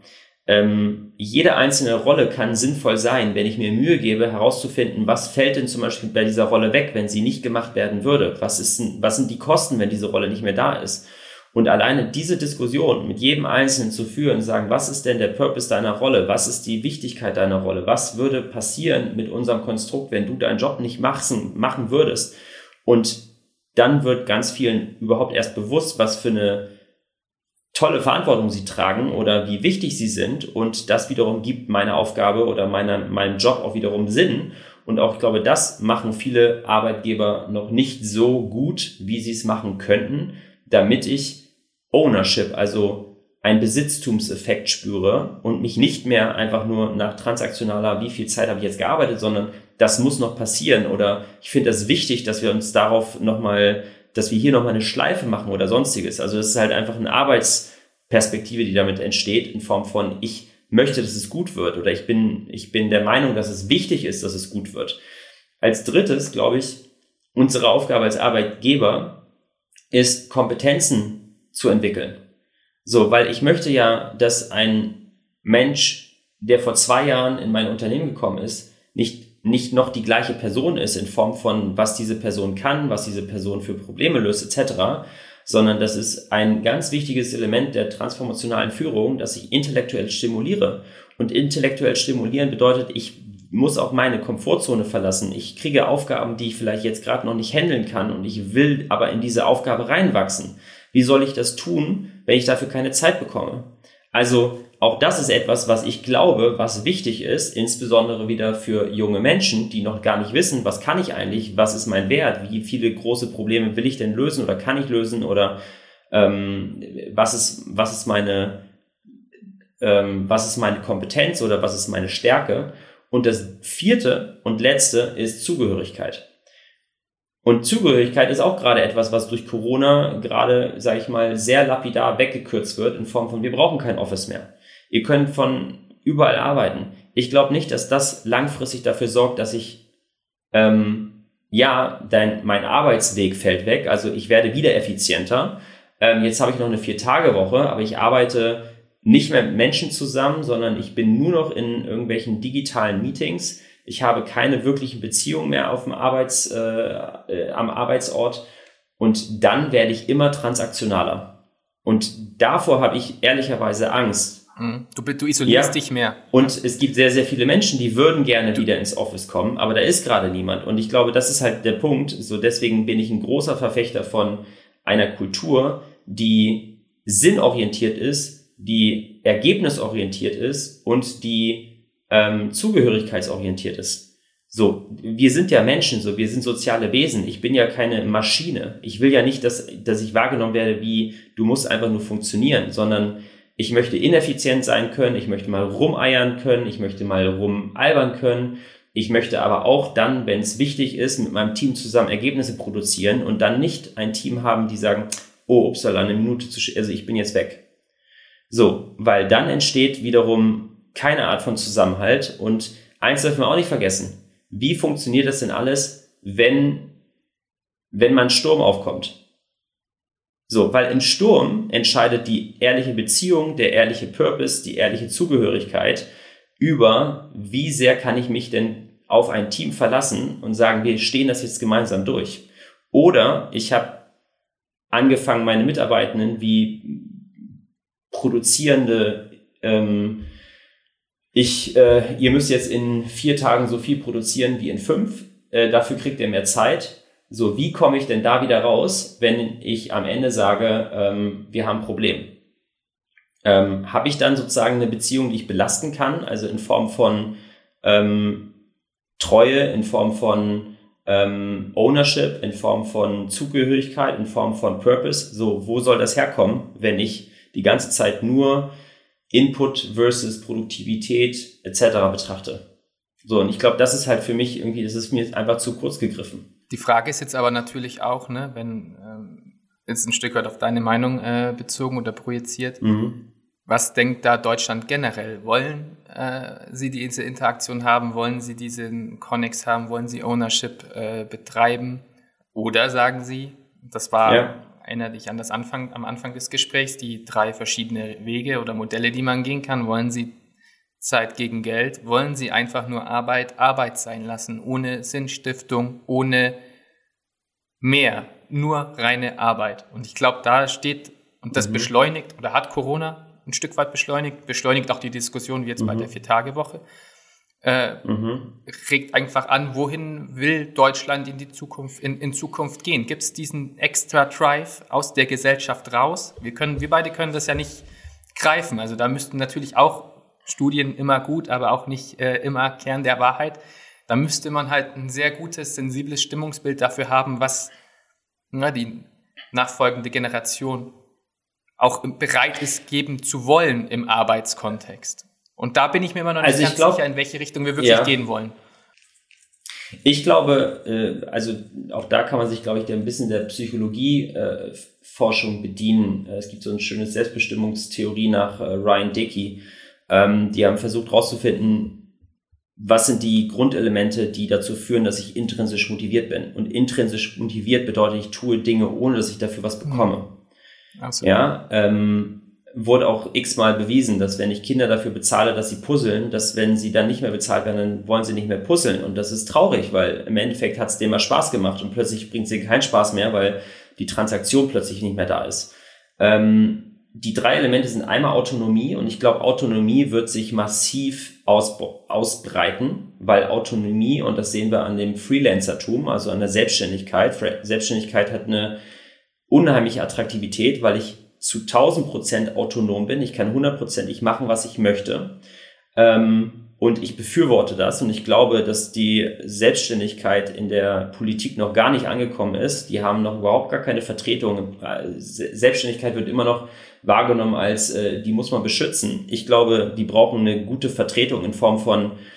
A: Jede einzelne Rolle kann sinnvoll sein, wenn ich mir Mühe gebe, herauszufinden, was fällt denn zum Beispiel bei dieser Rolle weg, wenn sie nicht gemacht werden würde? Was sind die Kosten, wenn diese Rolle nicht mehr da ist? Und alleine diese Diskussion mit jedem Einzelnen zu führen, sagen, was ist denn der Purpose deiner Rolle? Was ist die Wichtigkeit deiner Rolle? Was würde passieren mit unserem Konstrukt, wenn du deinen Job nicht machen würdest? Und dann wird ganz vielen überhaupt erst bewusst, was für eine tolle Verantwortung sie tragen oder wie wichtig sie sind, und das wiederum gibt meine Aufgabe oder meinem Job auch wiederum Sinn. Und auch, ich glaube, das machen viele Arbeitgeber noch nicht so gut, wie sie es machen könnten, damit ich Ownership, also einen Besitztumseffekt spüre und mich nicht mehr einfach nur nach transaktionaler, wie viel Zeit habe ich jetzt gearbeitet, sondern das muss noch passieren, oder ich finde das wichtig, dass wir uns darauf dass wir hier nochmal eine Schleife machen oder sonstiges. Also das ist halt einfach eine Arbeitsperspektive, die damit entsteht, in Form von, ich möchte, dass es gut wird, oder ich bin der Meinung, dass es wichtig ist, dass es gut wird. Als drittes, glaube ich, unsere Aufgabe als Arbeitgeber ist, Kompetenzen zu entwickeln. So, weil ich möchte ja, dass ein Mensch, der vor 2 Jahren in mein Unternehmen gekommen ist, nicht noch die gleiche Person ist in Form von, was diese Person kann, was diese Person für Probleme löst, etc., sondern das ist ein ganz wichtiges Element der transformationalen Führung, dass ich intellektuell stimuliere. Und intellektuell stimulieren bedeutet, ich muss auch meine Komfortzone verlassen. Ich kriege Aufgaben, die ich vielleicht jetzt gerade noch nicht handeln kann, und ich will aber in diese Aufgabe reinwachsen. Wie soll ich das tun, wenn ich dafür keine Zeit bekomme? Also auch das ist etwas, was ich glaube, was wichtig ist, insbesondere wieder für junge Menschen, die noch gar nicht wissen, was kann ich eigentlich, was ist mein Wert, wie viele große Probleme will ich denn lösen oder kann ich lösen, oder was ist meine Kompetenz oder was ist meine Stärke. Und das 4. und letzte ist Zugehörigkeit. Und Zugehörigkeit ist auch gerade etwas, was durch Corona gerade, sage ich mal, sehr lapidar weggekürzt wird in Form von, wir brauchen kein Office mehr. Ihr könnt von überall arbeiten. Ich glaube nicht, dass das langfristig dafür sorgt, dass ich, mein Arbeitsweg fällt weg, also ich werde wieder effizienter. Jetzt habe ich noch eine 4-Tage-Woche, aber ich arbeite nicht mehr mit Menschen zusammen, sondern ich bin nur noch in irgendwelchen digitalen Meetings. Ich habe keine wirklichen Beziehungen mehr am Arbeitsort und dann werde ich immer transaktionaler. Und davor habe ich ehrlicherweise Angst.
B: Du isolierst dich mehr.
A: Und es gibt sehr, sehr viele Menschen, die würden gerne wieder ins Office kommen, aber da ist gerade niemand. Und ich glaube, das ist halt der Punkt. So deswegen bin ich ein großer Verfechter von einer Kultur, die sinnorientiert ist, die ergebnisorientiert ist und die zugehörigkeitsorientiert ist. So, wir sind ja Menschen, so, wir sind soziale Wesen. Ich bin ja keine Maschine. Ich will ja nicht, dass ich wahrgenommen werde wie, du musst einfach nur funktionieren, sondern ich möchte ineffizient sein können, ich möchte mal rumeiern können, ich möchte mal rumalbern können. Ich möchte aber auch dann, wenn es wichtig ist, mit meinem Team zusammen Ergebnisse produzieren und dann nicht ein Team haben, die sagen, oh, upsala, eine Minute also ich bin jetzt weg. So, weil dann entsteht wiederum keine Art von Zusammenhalt. Und eins dürfen wir auch nicht vergessen. Wie funktioniert das denn alles, wenn mal ein Sturm aufkommt? So, weil im Sturm entscheidet die ehrliche Beziehung, der ehrliche Purpose, die ehrliche Zugehörigkeit über, wie sehr kann ich mich denn auf ein Team verlassen und sagen, wir stehen das jetzt gemeinsam durch. Oder ich habe angefangen, meine Mitarbeitenden wie produzierende ihr müsst jetzt in 4 Tagen so viel produzieren wie in 5, dafür kriegt ihr mehr Zeit. So, wie komme ich denn da wieder raus, wenn ich am Ende sage, wir haben ein Problem? Habe ich dann sozusagen eine Beziehung, die ich belasten kann, also in Form von Treue, in Form von Ownership, in Form von Zugehörigkeit, in Form von Purpose? So, wo soll das herkommen, wenn ich die ganze Zeit nur Input versus Produktivität etc. betrachte. So, und ich glaube, das ist halt für mich irgendwie, das ist mir einfach zu kurz gegriffen.
B: Die Frage ist jetzt aber natürlich auch, ne, wenn jetzt ein Stück weit auf deine Meinung bezogen oder projiziert, was denkt da Deutschland generell? Wollen sie diese Interaktion haben? Wollen sie diesen Connex haben? Wollen sie Ownership betreiben? Oder sagen sie, das war... Erinnere dich an am Anfang des Gesprächs, die 3 verschiedene Wege oder Modelle, die man gehen kann. Wollen Sie Zeit gegen Geld? Wollen Sie einfach nur Arbeit sein lassen, ohne Sinnstiftung, ohne mehr, nur reine Arbeit? Und ich glaube, da steht, und das beschleunigt oder hat Corona ein Stück weit beschleunigt auch die Diskussion wie jetzt bei der 4-Tage-Woche, regt einfach an, wohin will Deutschland in Zukunft gehen? Gibt es diesen extra Drive aus der Gesellschaft raus? Wir beide können das ja nicht greifen. Also da müssten natürlich auch Studien immer gut, aber auch nicht immer Kern der Wahrheit. Da müsste man halt ein sehr gutes, sensibles Stimmungsbild dafür haben, was die nachfolgende Generation auch bereit ist, geben zu wollen im Arbeitskontext. Und da bin ich mir immer noch nicht sicher, in welche Richtung wir wirklich gehen wollen.
A: Ich glaube, also auch da kann man sich, glaube ich, ein bisschen der Psychologie-Forschung bedienen. Es gibt so eine schöne Selbstbestimmungstheorie nach Ryan Dickey. Die haben versucht herauszufinden, was sind die Grundelemente, die dazu führen, dass ich intrinsisch motiviert bin. Und intrinsisch motiviert bedeutet, ich tue Dinge, ohne dass ich dafür was bekomme. Absolut. Ja, wurde auch x-mal bewiesen, dass wenn ich Kinder dafür bezahle, dass sie puzzeln, dass wenn sie dann nicht mehr bezahlt werden, dann wollen sie nicht mehr puzzeln. Und das ist traurig, weil im Endeffekt hat es denen mal Spaß gemacht und plötzlich bringt sie keinen Spaß mehr, weil die Transaktion plötzlich nicht mehr da ist. Die 3 Elemente sind einmal Autonomie und ich glaube, Autonomie wird sich massiv ausbreiten, weil Autonomie, und das sehen wir an dem Freelancertum, also an der Selbstständigkeit. Selbstständigkeit hat eine unheimliche Attraktivität, weil ich zu 1000% autonom bin. Ich kann 100%ig machen, was ich möchte. Und ich befürworte das. Und ich glaube, dass die Selbstständigkeit in der Politik noch gar nicht angekommen ist. Die haben noch überhaupt gar keine Vertretung. Selbstständigkeit wird immer noch wahrgenommen als, die muss man beschützen. Ich glaube, die brauchen eine gute Vertretung in Form von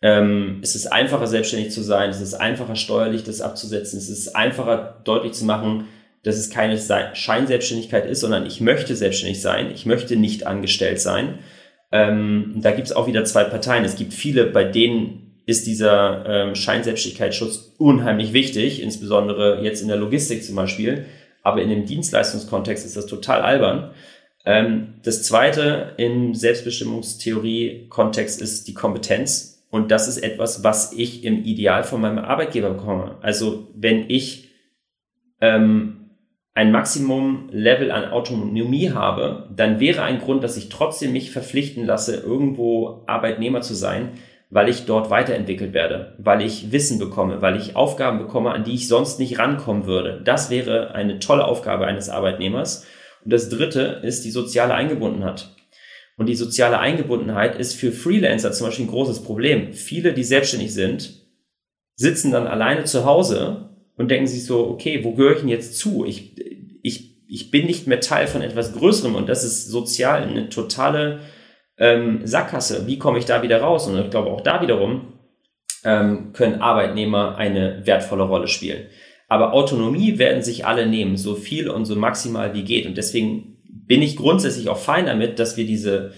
A: Es ist einfacher, selbstständig zu sein. Es ist einfacher, steuerlich das abzusetzen. Es ist einfacher, deutlich zu machen, dass es keine Scheinselbstständigkeit ist, sondern ich möchte selbstständig sein. Ich möchte nicht angestellt sein. Da gibt es auch wieder zwei Parteien. Es gibt viele, bei denen ist dieser Scheinselbstständigkeitsschutz unheimlich wichtig, insbesondere jetzt in der Logistik zum Beispiel. Aber in dem Dienstleistungskontext ist das total albern. Das zweite im Selbstbestimmungstheorie-Kontext ist die Kompetenz. Und das ist etwas, was ich im Ideal von meinem Arbeitgeber bekomme. Also wenn ich ein Maximum-Level an Autonomie habe, dann wäre ein Grund, dass ich trotzdem mich verpflichten lasse, irgendwo Arbeitnehmer zu sein, weil ich dort weiterentwickelt werde, weil ich Wissen bekomme, weil ich Aufgaben bekomme, an die ich sonst nicht rankommen würde. Das wäre eine tolle Aufgabe eines Arbeitnehmers. Und das dritte ist die soziale Eingebundenheit. Und die soziale Eingebundenheit ist für Freelancer zum Beispiel ein großes Problem. Viele, die selbstständig sind, sitzen dann alleine zu Hause und denken sich so, okay, wo gehöre ich denn jetzt zu? Ich bin nicht mehr Teil von etwas Größerem und das ist sozial eine totale Sackgasse. Wie komme ich da wieder raus? Und ich glaube, auch da wiederum können Arbeitnehmer eine wertvolle Rolle spielen. Aber Autonomie werden sich alle nehmen, so viel und so maximal wie geht. Und deswegen bin ich grundsätzlich auch fein damit, dass wir diese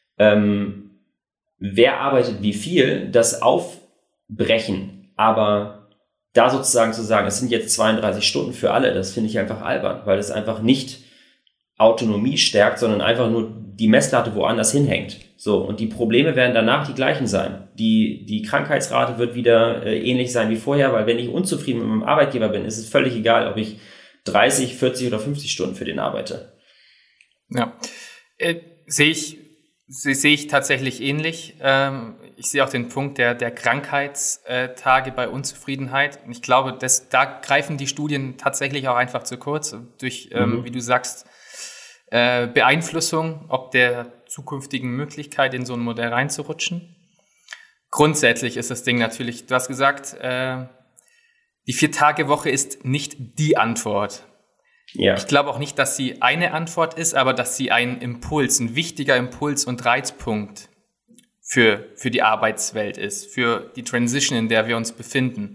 A: wer arbeitet wie viel, das aufbrechen. Aber da sozusagen zu sagen, es sind jetzt 32 Stunden für alle, das finde ich einfach albern, weil es einfach nicht Autonomie stärkt, sondern einfach nur die Messlatte woanders hinhängt. So, und die Probleme werden danach die gleichen sein. Die Krankheitsrate wird wieder ähnlich sein wie vorher, weil wenn ich unzufrieden mit meinem Arbeitgeber bin, ist es völlig egal, ob ich 30, 40 oder 50 Stunden für den arbeite.
B: Ja, sehe ich tatsächlich ähnlich. Ich sehe auch den Punkt der Krankheitstage bei Unzufriedenheit. Und ich glaube, da greifen die Studien tatsächlich auch einfach zu kurz durch, wie du sagst, Beeinflussung, ob der zukünftigen Möglichkeit, in so ein Modell reinzurutschen. Grundsätzlich ist das Ding natürlich, du hast gesagt, die 4-Tage-Woche ist nicht die Antwort. Ja. Ich glaube auch nicht, dass sie eine Antwort ist, aber dass sie ein wichtiger Impuls und Reizpunkt für die Arbeitswelt ist, für die Transition, in der wir uns befinden.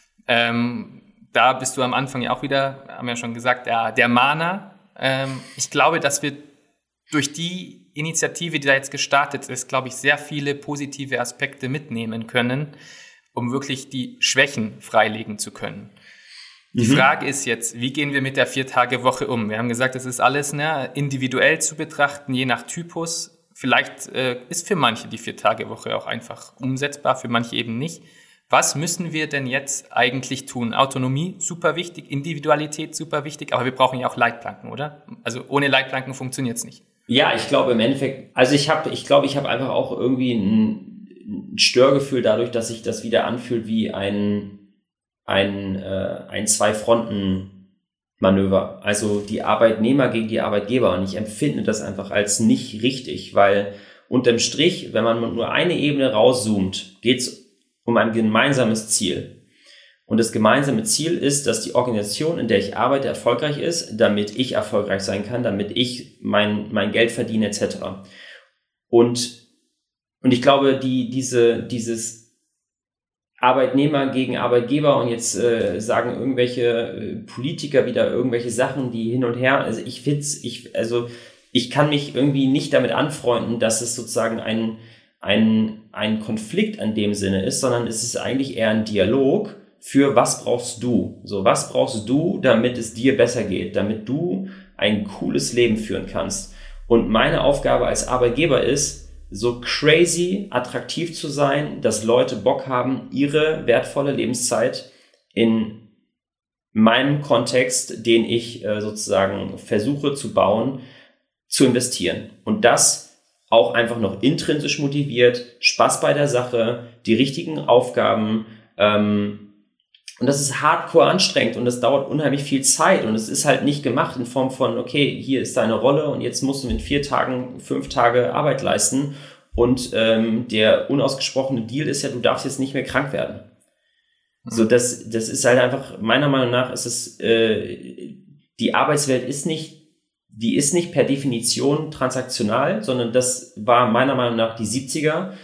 B: Da bist du am Anfang ja auch wieder, haben wir ja schon gesagt, der Mahner. Ich glaube, dass wir durch die Initiative, die da jetzt gestartet ist, glaube ich, sehr viele positive Aspekte mitnehmen können, um wirklich die Schwächen freilegen zu können. Die Frage ist jetzt, wie gehen wir mit der 4-Tage-Woche um? Wir haben gesagt, das ist alles individuell zu betrachten, je nach Typus. Vielleicht ist für manche die 4-Tage-Woche auch einfach umsetzbar, für manche eben nicht. Was müssen wir denn jetzt eigentlich tun? Autonomie, super wichtig, Individualität, super wichtig, aber wir brauchen ja auch Leitplanken, oder? Also ohne Leitplanken funktioniert es nicht.
A: Ja, ich glaube im Endeffekt, also ich habe einfach auch irgendwie ein Störgefühl dadurch, dass sich das wieder anfühlt wie ein Zwei-Fronten-Manöver. Also die Arbeitnehmer gegen die Arbeitgeber. Und ich empfinde das einfach als nicht richtig, weil unterm Strich, wenn man nur eine Ebene rauszoomt, geht es um ein gemeinsames Ziel. Und das gemeinsame Ziel ist, dass die Organisation, in der ich arbeite, erfolgreich ist, damit ich erfolgreich sein kann, damit ich mein Geld verdiene, etc. Und ich glaube, dieses Arbeitnehmer gegen Arbeitgeber und jetzt sagen irgendwelche Politiker wieder irgendwelche Sachen, die hin und her, also ich kann mich irgendwie nicht damit anfreunden, dass es sozusagen ein Konflikt in dem Sinne ist, sondern es ist eigentlich eher ein Dialog für was brauchst du? So, was brauchst du, damit es dir besser geht, damit du ein cooles Leben führen kannst? Und meine Aufgabe als Arbeitgeber ist, so crazy attraktiv zu sein, dass Leute Bock haben, ihre wertvolle Lebenszeit in meinem Kontext, den ich sozusagen versuche zu bauen, zu investieren. Und das auch einfach noch intrinsisch motiviert, Spaß bei der Sache, die richtigen Aufgaben. Und das ist hardcore anstrengend und das dauert unheimlich viel Zeit. Und es ist halt nicht gemacht in Form von, okay, hier ist deine Rolle und jetzt musst du in 4 Tagen 5 Tage Arbeit leisten. Und der unausgesprochene Deal ist ja, du darfst jetzt nicht mehr krank werden. So, das ist halt einfach, meiner Meinung nach ist es, die Arbeitswelt ist nicht per Definition transaktional, sondern das war meiner Meinung nach die 70er.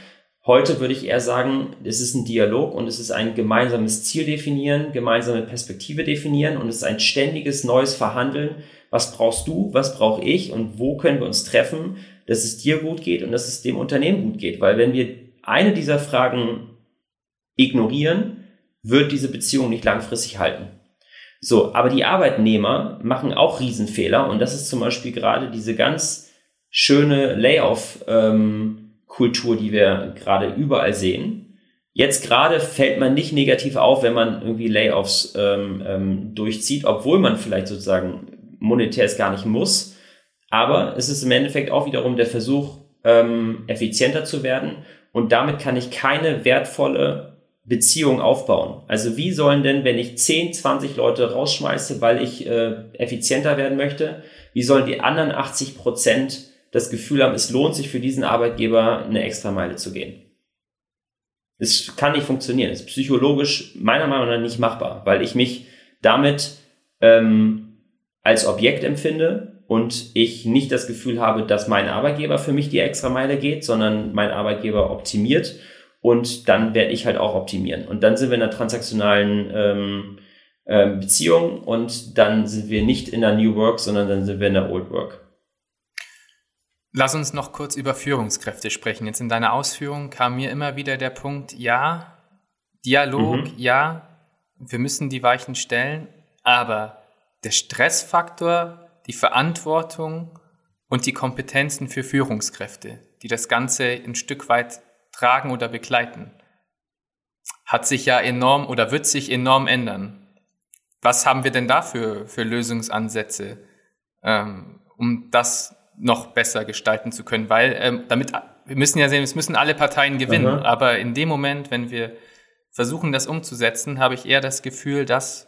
A: Heute würde ich eher sagen, es ist ein Dialog und es ist ein gemeinsames Ziel definieren, gemeinsame Perspektive definieren und es ist ein ständiges neues Verhandeln. Was brauchst du, was brauche ich und wo können wir uns treffen, dass es dir gut geht und dass es dem Unternehmen gut geht? Weil wenn wir eine dieser Fragen ignorieren, wird diese Beziehung nicht langfristig halten. So, aber die Arbeitnehmer machen auch Riesenfehler und das ist zum Beispiel gerade diese ganz schöne Layoff-Kultur, die wir gerade überall sehen. Jetzt gerade fällt man nicht negativ auf, wenn man irgendwie Layoffs durchzieht, obwohl man vielleicht sozusagen monetär es gar nicht muss. Aber es ist im Endeffekt auch wiederum der Versuch, effizienter zu werden und damit kann ich keine wertvolle Beziehung aufbauen. Also wie sollen denn, wenn ich 10, 20 Leute rausschmeiße, weil ich effizienter werden möchte, wie sollen die anderen 80% das Gefühl haben, es lohnt sich für diesen Arbeitgeber eine Extrameile zu gehen? Es kann nicht funktionieren. Es ist psychologisch meiner Meinung nach nicht machbar, weil ich mich damit als Objekt empfinde und ich nicht das Gefühl habe, dass mein Arbeitgeber für mich die Extrameile geht, sondern mein Arbeitgeber optimiert. Und dann werde ich halt auch optimieren. Und dann sind wir in einer transaktionalen Beziehung und dann sind wir nicht in der New Work, sondern dann sind wir in der Old Work.
B: Lass uns noch kurz über Führungskräfte sprechen. Jetzt in deiner Ausführung kam mir immer wieder der Punkt, ja, Dialog, ja, wir müssen die Weichen stellen, aber der Stressfaktor, die Verantwortung und die Kompetenzen für Führungskräfte, die das Ganze ein Stück weit tragen oder begleiten, hat sich ja enorm oder wird sich enorm ändern. Was haben wir denn da für Lösungsansätze, um das noch besser gestalten zu können? Weil wir müssen ja sehen, es müssen alle Parteien gewinnen, aber in dem Moment, wenn wir versuchen, das umzusetzen, habe ich eher das Gefühl, dass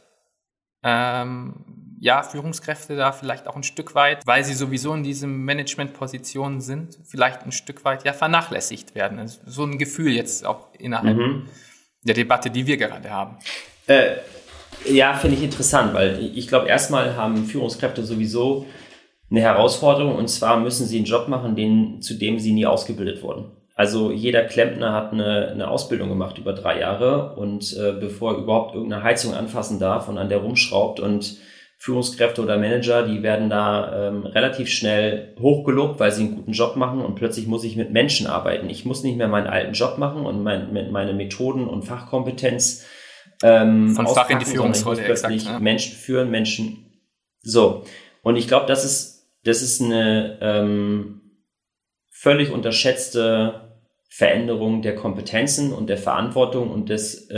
B: Führungskräfte da vielleicht auch ein Stück weit, weil sie sowieso in diesen Management-Positionen sind, vielleicht ein Stück weit vernachlässigt werden. Also so ein Gefühl jetzt auch innerhalb der Debatte, die wir gerade haben.
A: Finde ich interessant, weil ich glaube, erstmal haben Führungskräfte sowieso eine Herausforderung und zwar müssen sie einen Job machen, zu dem sie nie ausgebildet wurden. Also jeder Klempner hat eine Ausbildung gemacht über 3 Jahre und bevor er überhaupt irgendeine Heizung anfassen darf und an der rumschraubt und Führungskräfte oder Manager, die werden da relativ schnell hochgelobt, weil sie einen guten Job machen und plötzlich muss ich mit Menschen arbeiten. Ich muss nicht mehr meinen alten Job machen und meine Methoden und Fachkompetenz
B: von Fach in die Führungsrolle
A: plötzlich Menschen führen, Menschen so. Und ich glaube, das ist eine völlig unterschätzte Veränderung der Kompetenzen und der Verantwortung und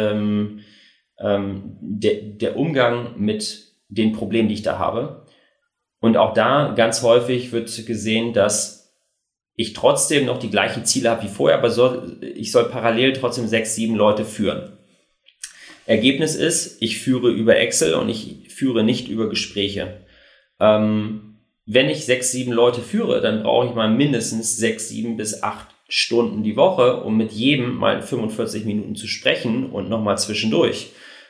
A: der Umgang mit den Problemen, die ich da habe. Und auch da ganz häufig wird gesehen, dass ich trotzdem noch die gleichen Ziele habe wie vorher, aber ich soll parallel trotzdem 6, 7 Leute führen. Ergebnis ist, ich führe über Excel und ich führe nicht über Gespräche. Wenn ich 6, 7 Leute führe, dann brauche ich mal mindestens 6, 7 bis 8 Stunden die Woche, um mit jedem mal 45 Minuten zu sprechen und nochmal zwischendurch.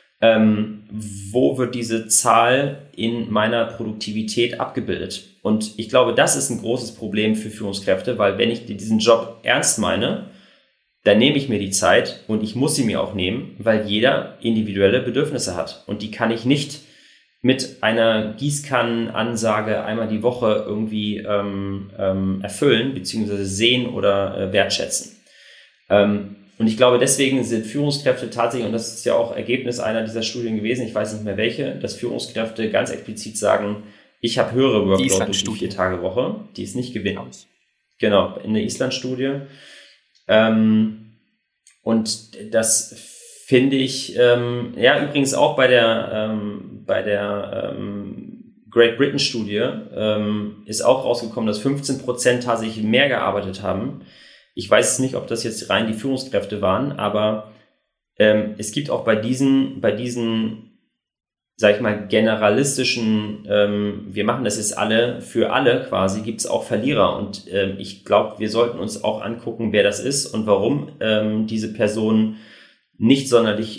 A: Wo wird diese Zahl in meiner Produktivität abgebildet? Und ich glaube, das ist ein großes Problem für Führungskräfte, weil wenn ich diesen Job ernst meine, dann nehme ich mir die Zeit und ich muss sie mir auch nehmen, weil jeder individuelle Bedürfnisse hat. Und die kann ich nicht mit einer Gießkannenansage einmal die Woche irgendwie erfüllen, beziehungsweise sehen oder wertschätzen. Und ich glaube, deswegen sind Führungskräfte tatsächlich, und das ist ja auch Ergebnis einer dieser Studien gewesen, ich weiß nicht mehr welche, dass Führungskräfte ganz explizit sagen, ich habe höhere Workload durch die 4-Tage-Woche, die ist nicht gewinnt. Genau, in der Island-Studie. Und das finde ich, übrigens auch bei der Great Britain-Studie ist auch rausgekommen, dass 15% tatsächlich mehr gearbeitet haben. Ich weiß nicht, ob das jetzt rein die Führungskräfte waren, aber es gibt auch bei diesen, sag ich mal, generalistischen, wir machen das jetzt alle für alle quasi, gibt es auch Verlierer. Und ich glaube, wir sollten uns auch angucken, wer das ist und warum diese Personen nicht sonderlich,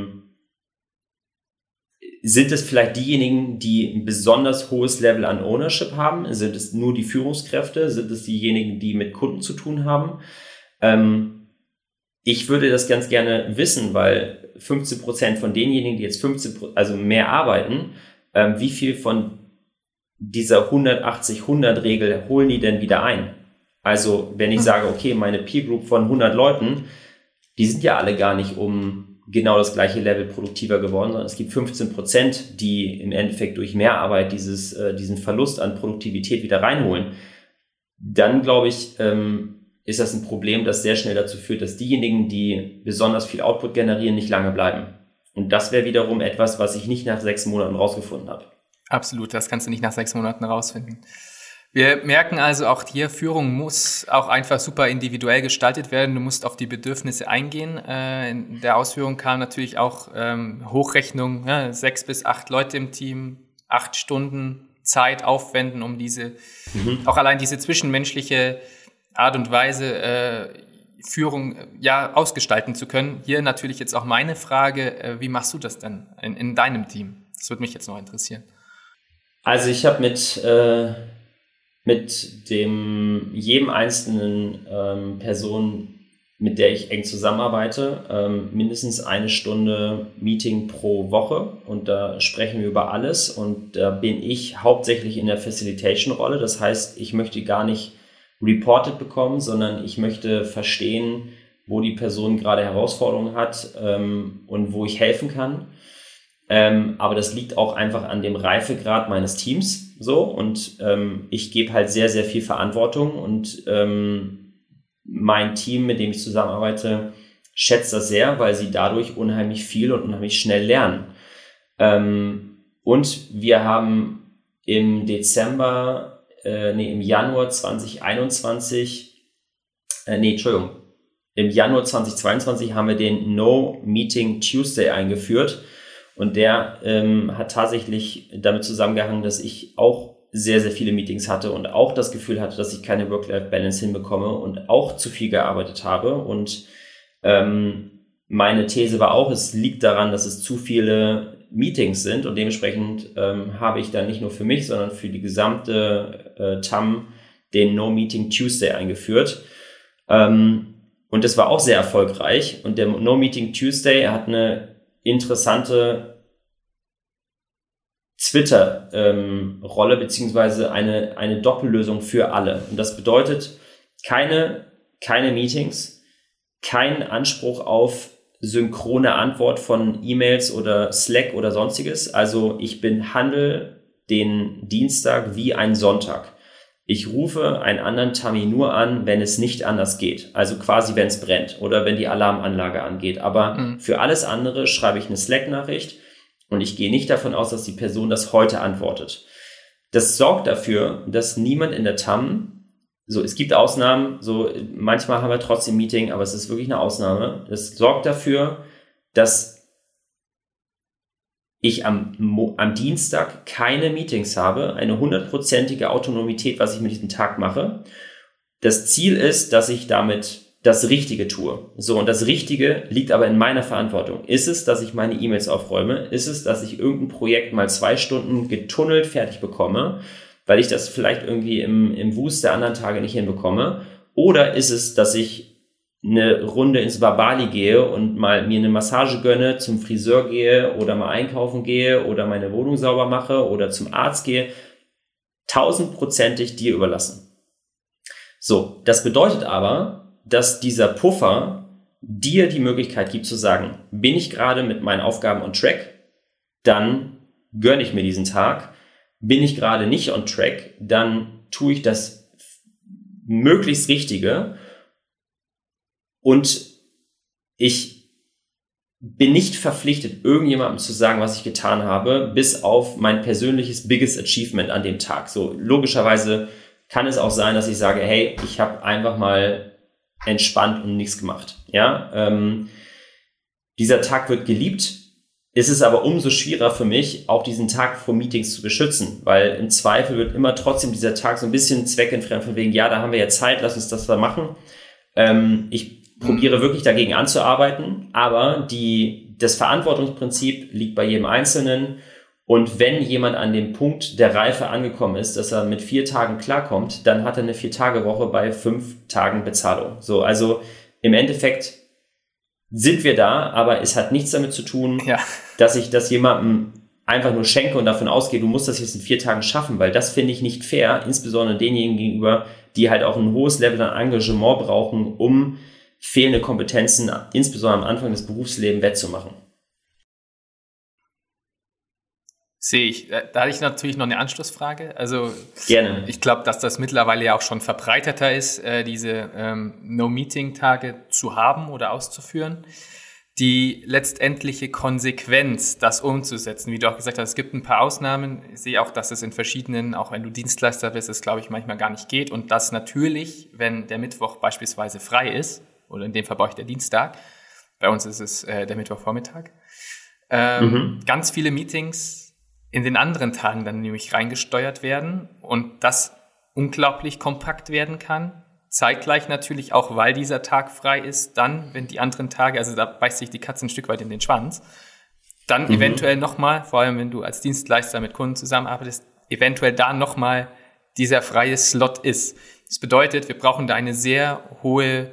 A: sind es vielleicht diejenigen, die ein besonders hohes Level an Ownership haben? Sind es nur die Führungskräfte? Sind es diejenigen, die mit Kunden zu tun haben? ich würde das ganz gerne wissen, weil 15% von denjenigen, die jetzt 15%, also mehr arbeiten, wie viel von dieser 180-100-Regel holen die denn wieder ein? Also wenn ich sage, okay, meine Peer Group von 100 Leuten, die sind ja alle gar nicht um genau das gleiche Level produktiver geworden, sondern es gibt 15%, die im Endeffekt durch Mehrarbeit diesen Verlust an Produktivität wieder reinholen. Dann, glaube ich, ist das ein Problem, das sehr schnell dazu führt, dass diejenigen, die besonders viel Output generieren, nicht lange bleiben. Und das wäre wiederum etwas, was ich nicht nach 6 Monaten rausgefunden habe.
B: Absolut, das kannst du nicht nach 6 Monaten rausfinden. Wir merken also auch hier, Führung muss auch einfach super individuell gestaltet werden. Du musst auf die Bedürfnisse eingehen. In der Ausführung kam natürlich auch Hochrechnung, 6 bis 8 Leute im Team, 8 Stunden Zeit aufwenden, um auch allein diese zwischenmenschliche Art und Weise Führung ausgestalten zu können. Hier natürlich jetzt auch meine Frage, wie machst du das denn in deinem Team? Das würde mich jetzt noch interessieren.
A: Also ich habe mit jedem einzelnen Person, mit der ich eng zusammenarbeite, mindestens 1 Stunde Meeting pro Woche, und da sprechen wir über alles, und da bin ich hauptsächlich in der Facilitation-Rolle. Das heißt, ich möchte gar nicht reported bekommen, sondern ich möchte verstehen, wo die Person gerade Herausforderungen hat und wo ich helfen kann. Aber das liegt auch einfach an dem Reifegrad meines Teams so, und ich gebe halt sehr, sehr viel Verantwortung, und mein Team, mit dem ich zusammenarbeite, schätzt das sehr, weil sie dadurch unheimlich viel und unheimlich schnell lernen. Und wir haben im Januar 2021, im Januar 2022 haben wir den No Meeting Tuesday eingeführt. Und der hat tatsächlich damit zusammengehangen, dass ich auch sehr, sehr viele Meetings hatte und auch das Gefühl hatte, dass ich keine Work-Life-Balance hinbekomme und auch zu viel gearbeitet habe. Und meine These war auch, es liegt daran, dass es zu viele Meetings sind, und dementsprechend habe ich dann nicht nur für mich, sondern für die gesamte TAM den No Meeting Tuesday eingeführt. Und das war auch sehr erfolgreich. Und der No Meeting Tuesday hat eine interessante Twitter-Rolle, beziehungsweise eine Doppellösung für alle. Und das bedeutet keine Meetings, kein Anspruch auf synchrone Antwort von E-Mails oder Slack oder sonstiges. Also ich handle den Dienstag wie ein Sonntag. Ich rufe einen anderen Tammy nur an, wenn es nicht anders geht. Also quasi, wenn es brennt oder wenn die Alarmanlage angeht. Aber für alles andere schreibe ich eine Slack-Nachricht, und ich gehe nicht davon aus, dass die Person das heute antwortet. Das sorgt dafür, dass niemand in der TAM, so, es gibt Ausnahmen, so, manchmal haben wir trotzdem Meeting, aber es ist wirklich eine Ausnahme. Das sorgt dafür, dass ich am Dienstag keine Meetings habe, eine 100%ige Autonomität, was ich mit diesem Tag mache. Das Ziel ist, dass ich damit das Richtige tue. So, und das Richtige liegt aber in meiner Verantwortung. Ist es, dass ich meine E-Mails aufräume? Ist es, dass ich irgendein Projekt mal 2 Stunden getunnelt fertig bekomme, weil ich das vielleicht irgendwie im Wust der anderen Tage nicht hinbekomme? Oder ist es, dass ich eine Runde ins Babali gehe und mal mir eine Massage gönne, zum Friseur gehe oder mal einkaufen gehe oder meine Wohnung sauber mache oder zum Arzt gehe? 1000%ig dir überlassen. So, das bedeutet aber, dass dieser Puffer dir die Möglichkeit gibt zu sagen, bin ich gerade mit meinen Aufgaben on track, dann gönne ich mir diesen Tag. Bin ich gerade nicht on track, dann tue ich das möglichst Richtige, und ich bin nicht verpflichtet, irgendjemandem zu sagen, was ich getan habe, bis auf mein persönliches Biggest Achievement an dem Tag. So, logischerweise kann es auch sein, dass ich sage, hey, ich habe einfach mal entspannt und nichts gemacht. Ja, dieser Tag wird geliebt. Es ist aber umso schwieriger für mich, auch diesen Tag vor Meetings zu beschützen, weil im Zweifel wird immer trotzdem dieser Tag so ein bisschen zweckentfremd, von wegen, ja, da haben wir ja Zeit, lass uns das da machen. Ich probiere wirklich dagegen anzuarbeiten, aber das Verantwortungsprinzip liegt bei jedem Einzelnen. Und wenn jemand an dem Punkt der Reife angekommen ist, dass er mit 4 Tagen klarkommt, dann hat er eine 4-Tage-Woche bei 5 Tagen Bezahlung. So, also im Endeffekt sind wir da, aber es hat nichts damit zu tun, dass ich das jemandem einfach nur schenke und davon ausgehe, du musst das jetzt in 4 Tagen schaffen, weil das finde ich nicht fair, insbesondere denjenigen gegenüber, die halt auch ein hohes Level an Engagement brauchen, um fehlende Kompetenzen, insbesondere am Anfang des Berufslebens, wettzumachen.
B: Sehe ich. Da hatte ich natürlich noch eine Anschlussfrage. Also
A: gerne.
B: Ich glaube, dass das mittlerweile ja auch schon verbreiteter ist, diese No-Meeting-Tage zu haben oder auszuführen. Die letztendliche Konsequenz, das umzusetzen, wie du auch gesagt hast, es gibt ein paar Ausnahmen. Ich sehe auch, dass es in verschiedenen, auch wenn du Dienstleister bist, es glaube ich manchmal gar nicht geht. Und dass natürlich, wenn der Mittwoch beispielsweise frei ist, oder in dem Fall bei euch der Dienstag, bei uns ist es der Mittwochvormittag, ganz viele Meetings in den anderen Tagen dann nämlich reingesteuert werden und das unglaublich kompakt werden kann. Zeitgleich natürlich auch, weil dieser Tag frei ist, dann, wenn die anderen Tage, also da beißt sich die Katze ein Stück weit in den Schwanz, dann eventuell nochmal, vor allem wenn du als Dienstleister mit Kunden zusammenarbeitest, eventuell da nochmal dieser freie Slot ist. Das bedeutet, wir brauchen da ein sehr hohes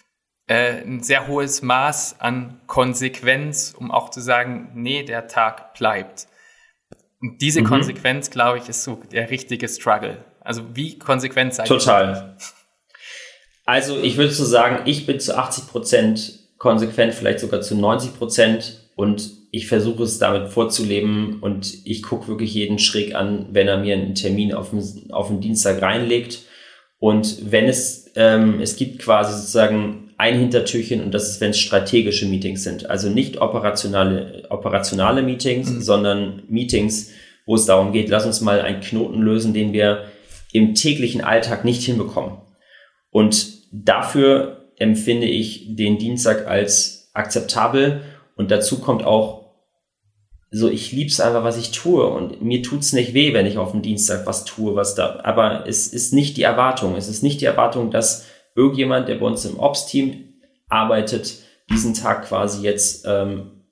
B: Maß an Konsequenz, um auch zu sagen, nee, der Tag bleibt. Und diese Konsequenz, glaube ich, ist so der richtige Struggle. Also wie konsequent seid ihr?
A: Total. Also ich würde so sagen, ich bin zu 80% konsequent, vielleicht sogar zu 90% und ich versuche es damit vorzuleben und ich gucke wirklich jeden schräg an, wenn er mir einen Termin auf den Dienstag reinlegt. Und wenn es gibt quasi sozusagen ein Hintertürchen und das ist, wenn es strategische Meetings sind. Also nicht operationale Meetings, sondern Meetings, wo es darum geht, lass uns mal einen Knoten lösen, den wir im täglichen Alltag nicht hinbekommen. Und dafür empfinde ich den Dienstag als akzeptabel und dazu kommt auch so, ich lieb's einfach, was ich tue und mir tut's nicht weh, wenn ich auf dem Dienstag was tue, aber es ist nicht die Erwartung. Es ist nicht die Erwartung, dass irgendjemand, der bei uns im Ops-Team arbeitet, diesen Tag quasi jetzt available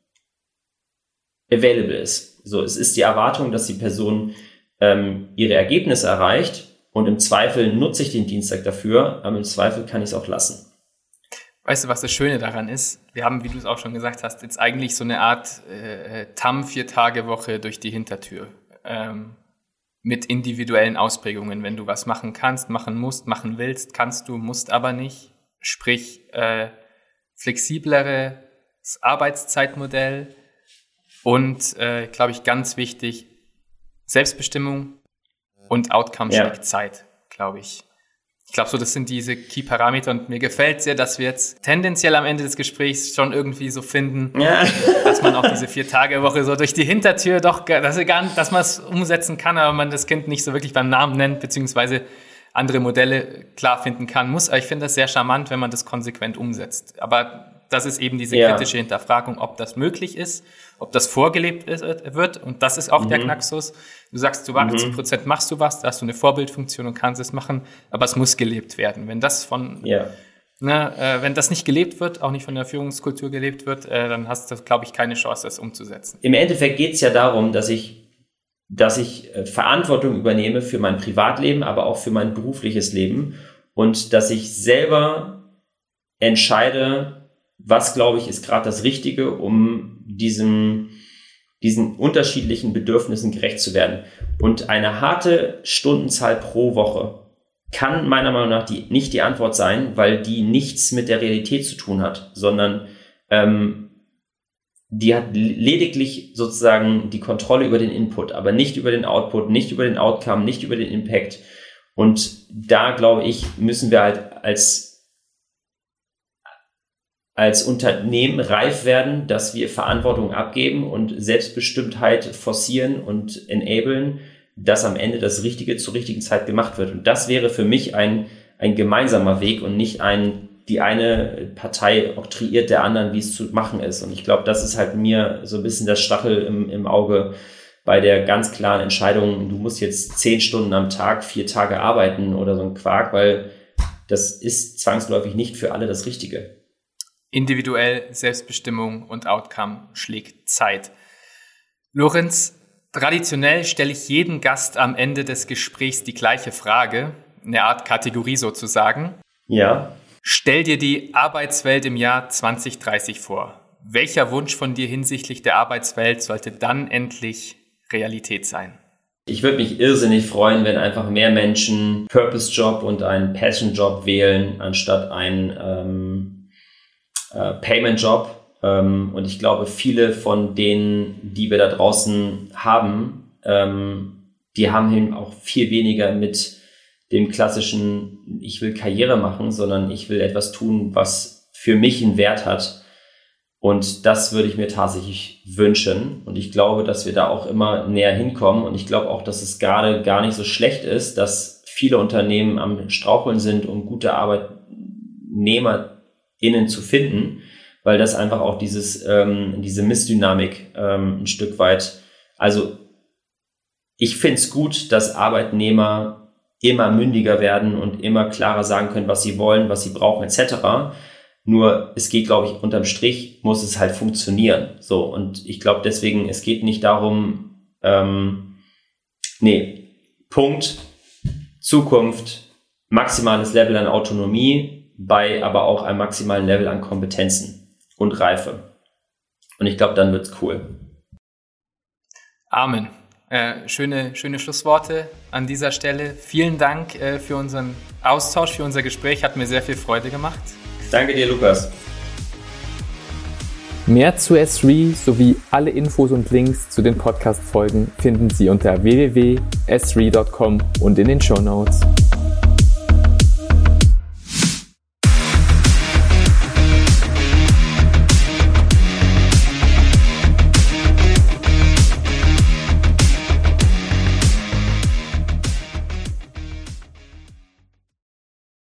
A: ist. So, es ist die Erwartung, dass die Person ihre Ergebnisse erreicht und im Zweifel nutze ich den Dienstag dafür, aber im Zweifel kann ich es auch lassen.
B: Weißt du, was das Schöne daran ist? Wir haben, wie du es auch schon gesagt hast, jetzt eigentlich so eine Art TAM 4-Tage-Woche durch die Hintertür. Mit individuellen Ausprägungen. Wenn du was machen kannst, machen musst, machen willst, kannst du, musst aber nicht. Sprich, flexibleres Arbeitszeitmodell und, glaube ich, ganz wichtig, Selbstbestimmung und Outcome schlägt Zeit, glaube ich. Ich glaube so, das sind diese Key-Parameter und mir gefällt sehr, dass wir jetzt tendenziell am Ende des Gesprächs schon irgendwie so finden, dass man auch diese 4-Tage-Woche so durch die Hintertür doch, dass man es umsetzen kann, aber man das Kind nicht so wirklich beim Namen nennt, beziehungsweise andere Modelle klar finden kann, muss. Aber ich finde das sehr charmant, wenn man das konsequent umsetzt. Aber das ist eben diese kritische Hinterfragung, ob das möglich ist, ob das vorgelebt wird. Und das ist auch der Knacksus. Du sagst, zu 80% machst du was, da hast du eine Vorbildfunktion und kannst es machen, aber es muss gelebt werden. Wenn das wenn das nicht gelebt wird, auch nicht von der Führungskultur gelebt wird, dann hast du, glaube ich, keine Chance, das umzusetzen.
A: Im Endeffekt geht es ja darum, dass ich Verantwortung übernehme für mein Privatleben, aber auch für mein berufliches Leben und dass ich selber entscheide, was, glaube ich, ist gerade das Richtige, um diesen unterschiedlichen Bedürfnissen gerecht zu werden. Und eine harte Stundenzahl pro Woche kann meiner Meinung nach nicht die Antwort sein, weil die nichts mit der Realität zu tun hat, sondern die hat lediglich sozusagen die Kontrolle über den Input, aber nicht über den Output, nicht über den Outcome, nicht über den Impact. Und da, glaube ich, müssen wir halt als Unternehmen reif werden, dass wir Verantwortung abgeben und Selbstbestimmtheit forcieren und enablen, dass am Ende das Richtige zur richtigen Zeit gemacht wird. Und das wäre für mich ein gemeinsamer Weg und nicht die eine Partei oktroyiert der anderen, wie es zu machen ist. Und ich glaube, das ist halt mir so ein bisschen das Stachel im Auge bei der ganz klaren Entscheidung, du musst jetzt 10 Stunden am Tag, 4 Tage arbeiten oder so ein Quark, weil das ist zwangsläufig nicht für alle das Richtige.
B: Individuell, Selbstbestimmung und Outcome schlägt Zeit. Lorenz, traditionell stelle ich jedem Gast am Ende des Gesprächs die gleiche Frage, eine Art Kategorie sozusagen.
A: Ja.
B: Stell dir die Arbeitswelt im Jahr 2030 vor. Welcher Wunsch von dir hinsichtlich der Arbeitswelt sollte dann endlich Realität sein?
A: Ich würde mich irrsinnig freuen, wenn einfach mehr Menschen Purpose-Job und einen Passion-Job wählen, anstatt einen Payment-Job. Und ich glaube, viele von denen, die wir da draußen haben, die haben eben auch viel weniger mit dem klassischen, ich will Karriere machen, sondern ich will etwas tun, was für mich einen Wert hat. Und das würde ich mir tatsächlich wünschen. Und ich glaube, dass wir da auch immer näher hinkommen. Und ich glaube auch, dass es gerade gar nicht so schlecht ist, dass viele Unternehmen am Straucheln sind, um gute ArbeitnehmerInnen zu finden, weil das einfach auch diese Missdynamik ein Stück weit, also ich finde es gut, dass Arbeitnehmer immer mündiger werden und immer klarer sagen können, was sie wollen, was sie brauchen, etc. Nur es geht, glaube ich, unterm Strich muss es halt funktionieren. So, und ich glaube deswegen, es geht nicht darum, Punkt, Zukunft, maximales Level an Autonomie, bei aber auch einem maximalen Level an Kompetenzen und Reife. Und ich glaube, dann wird's cool.
B: Amen. Schöne Schlussworte an dieser Stelle. Vielen Dank für unseren Austausch, für unser Gespräch. Hat mir sehr viel Freude gemacht.
A: Danke dir, Lukas.
C: Mehr zu Esri sowie alle Infos und Links zu den Podcast-Folgen finden Sie unter www.esri.com und in den Shownotes.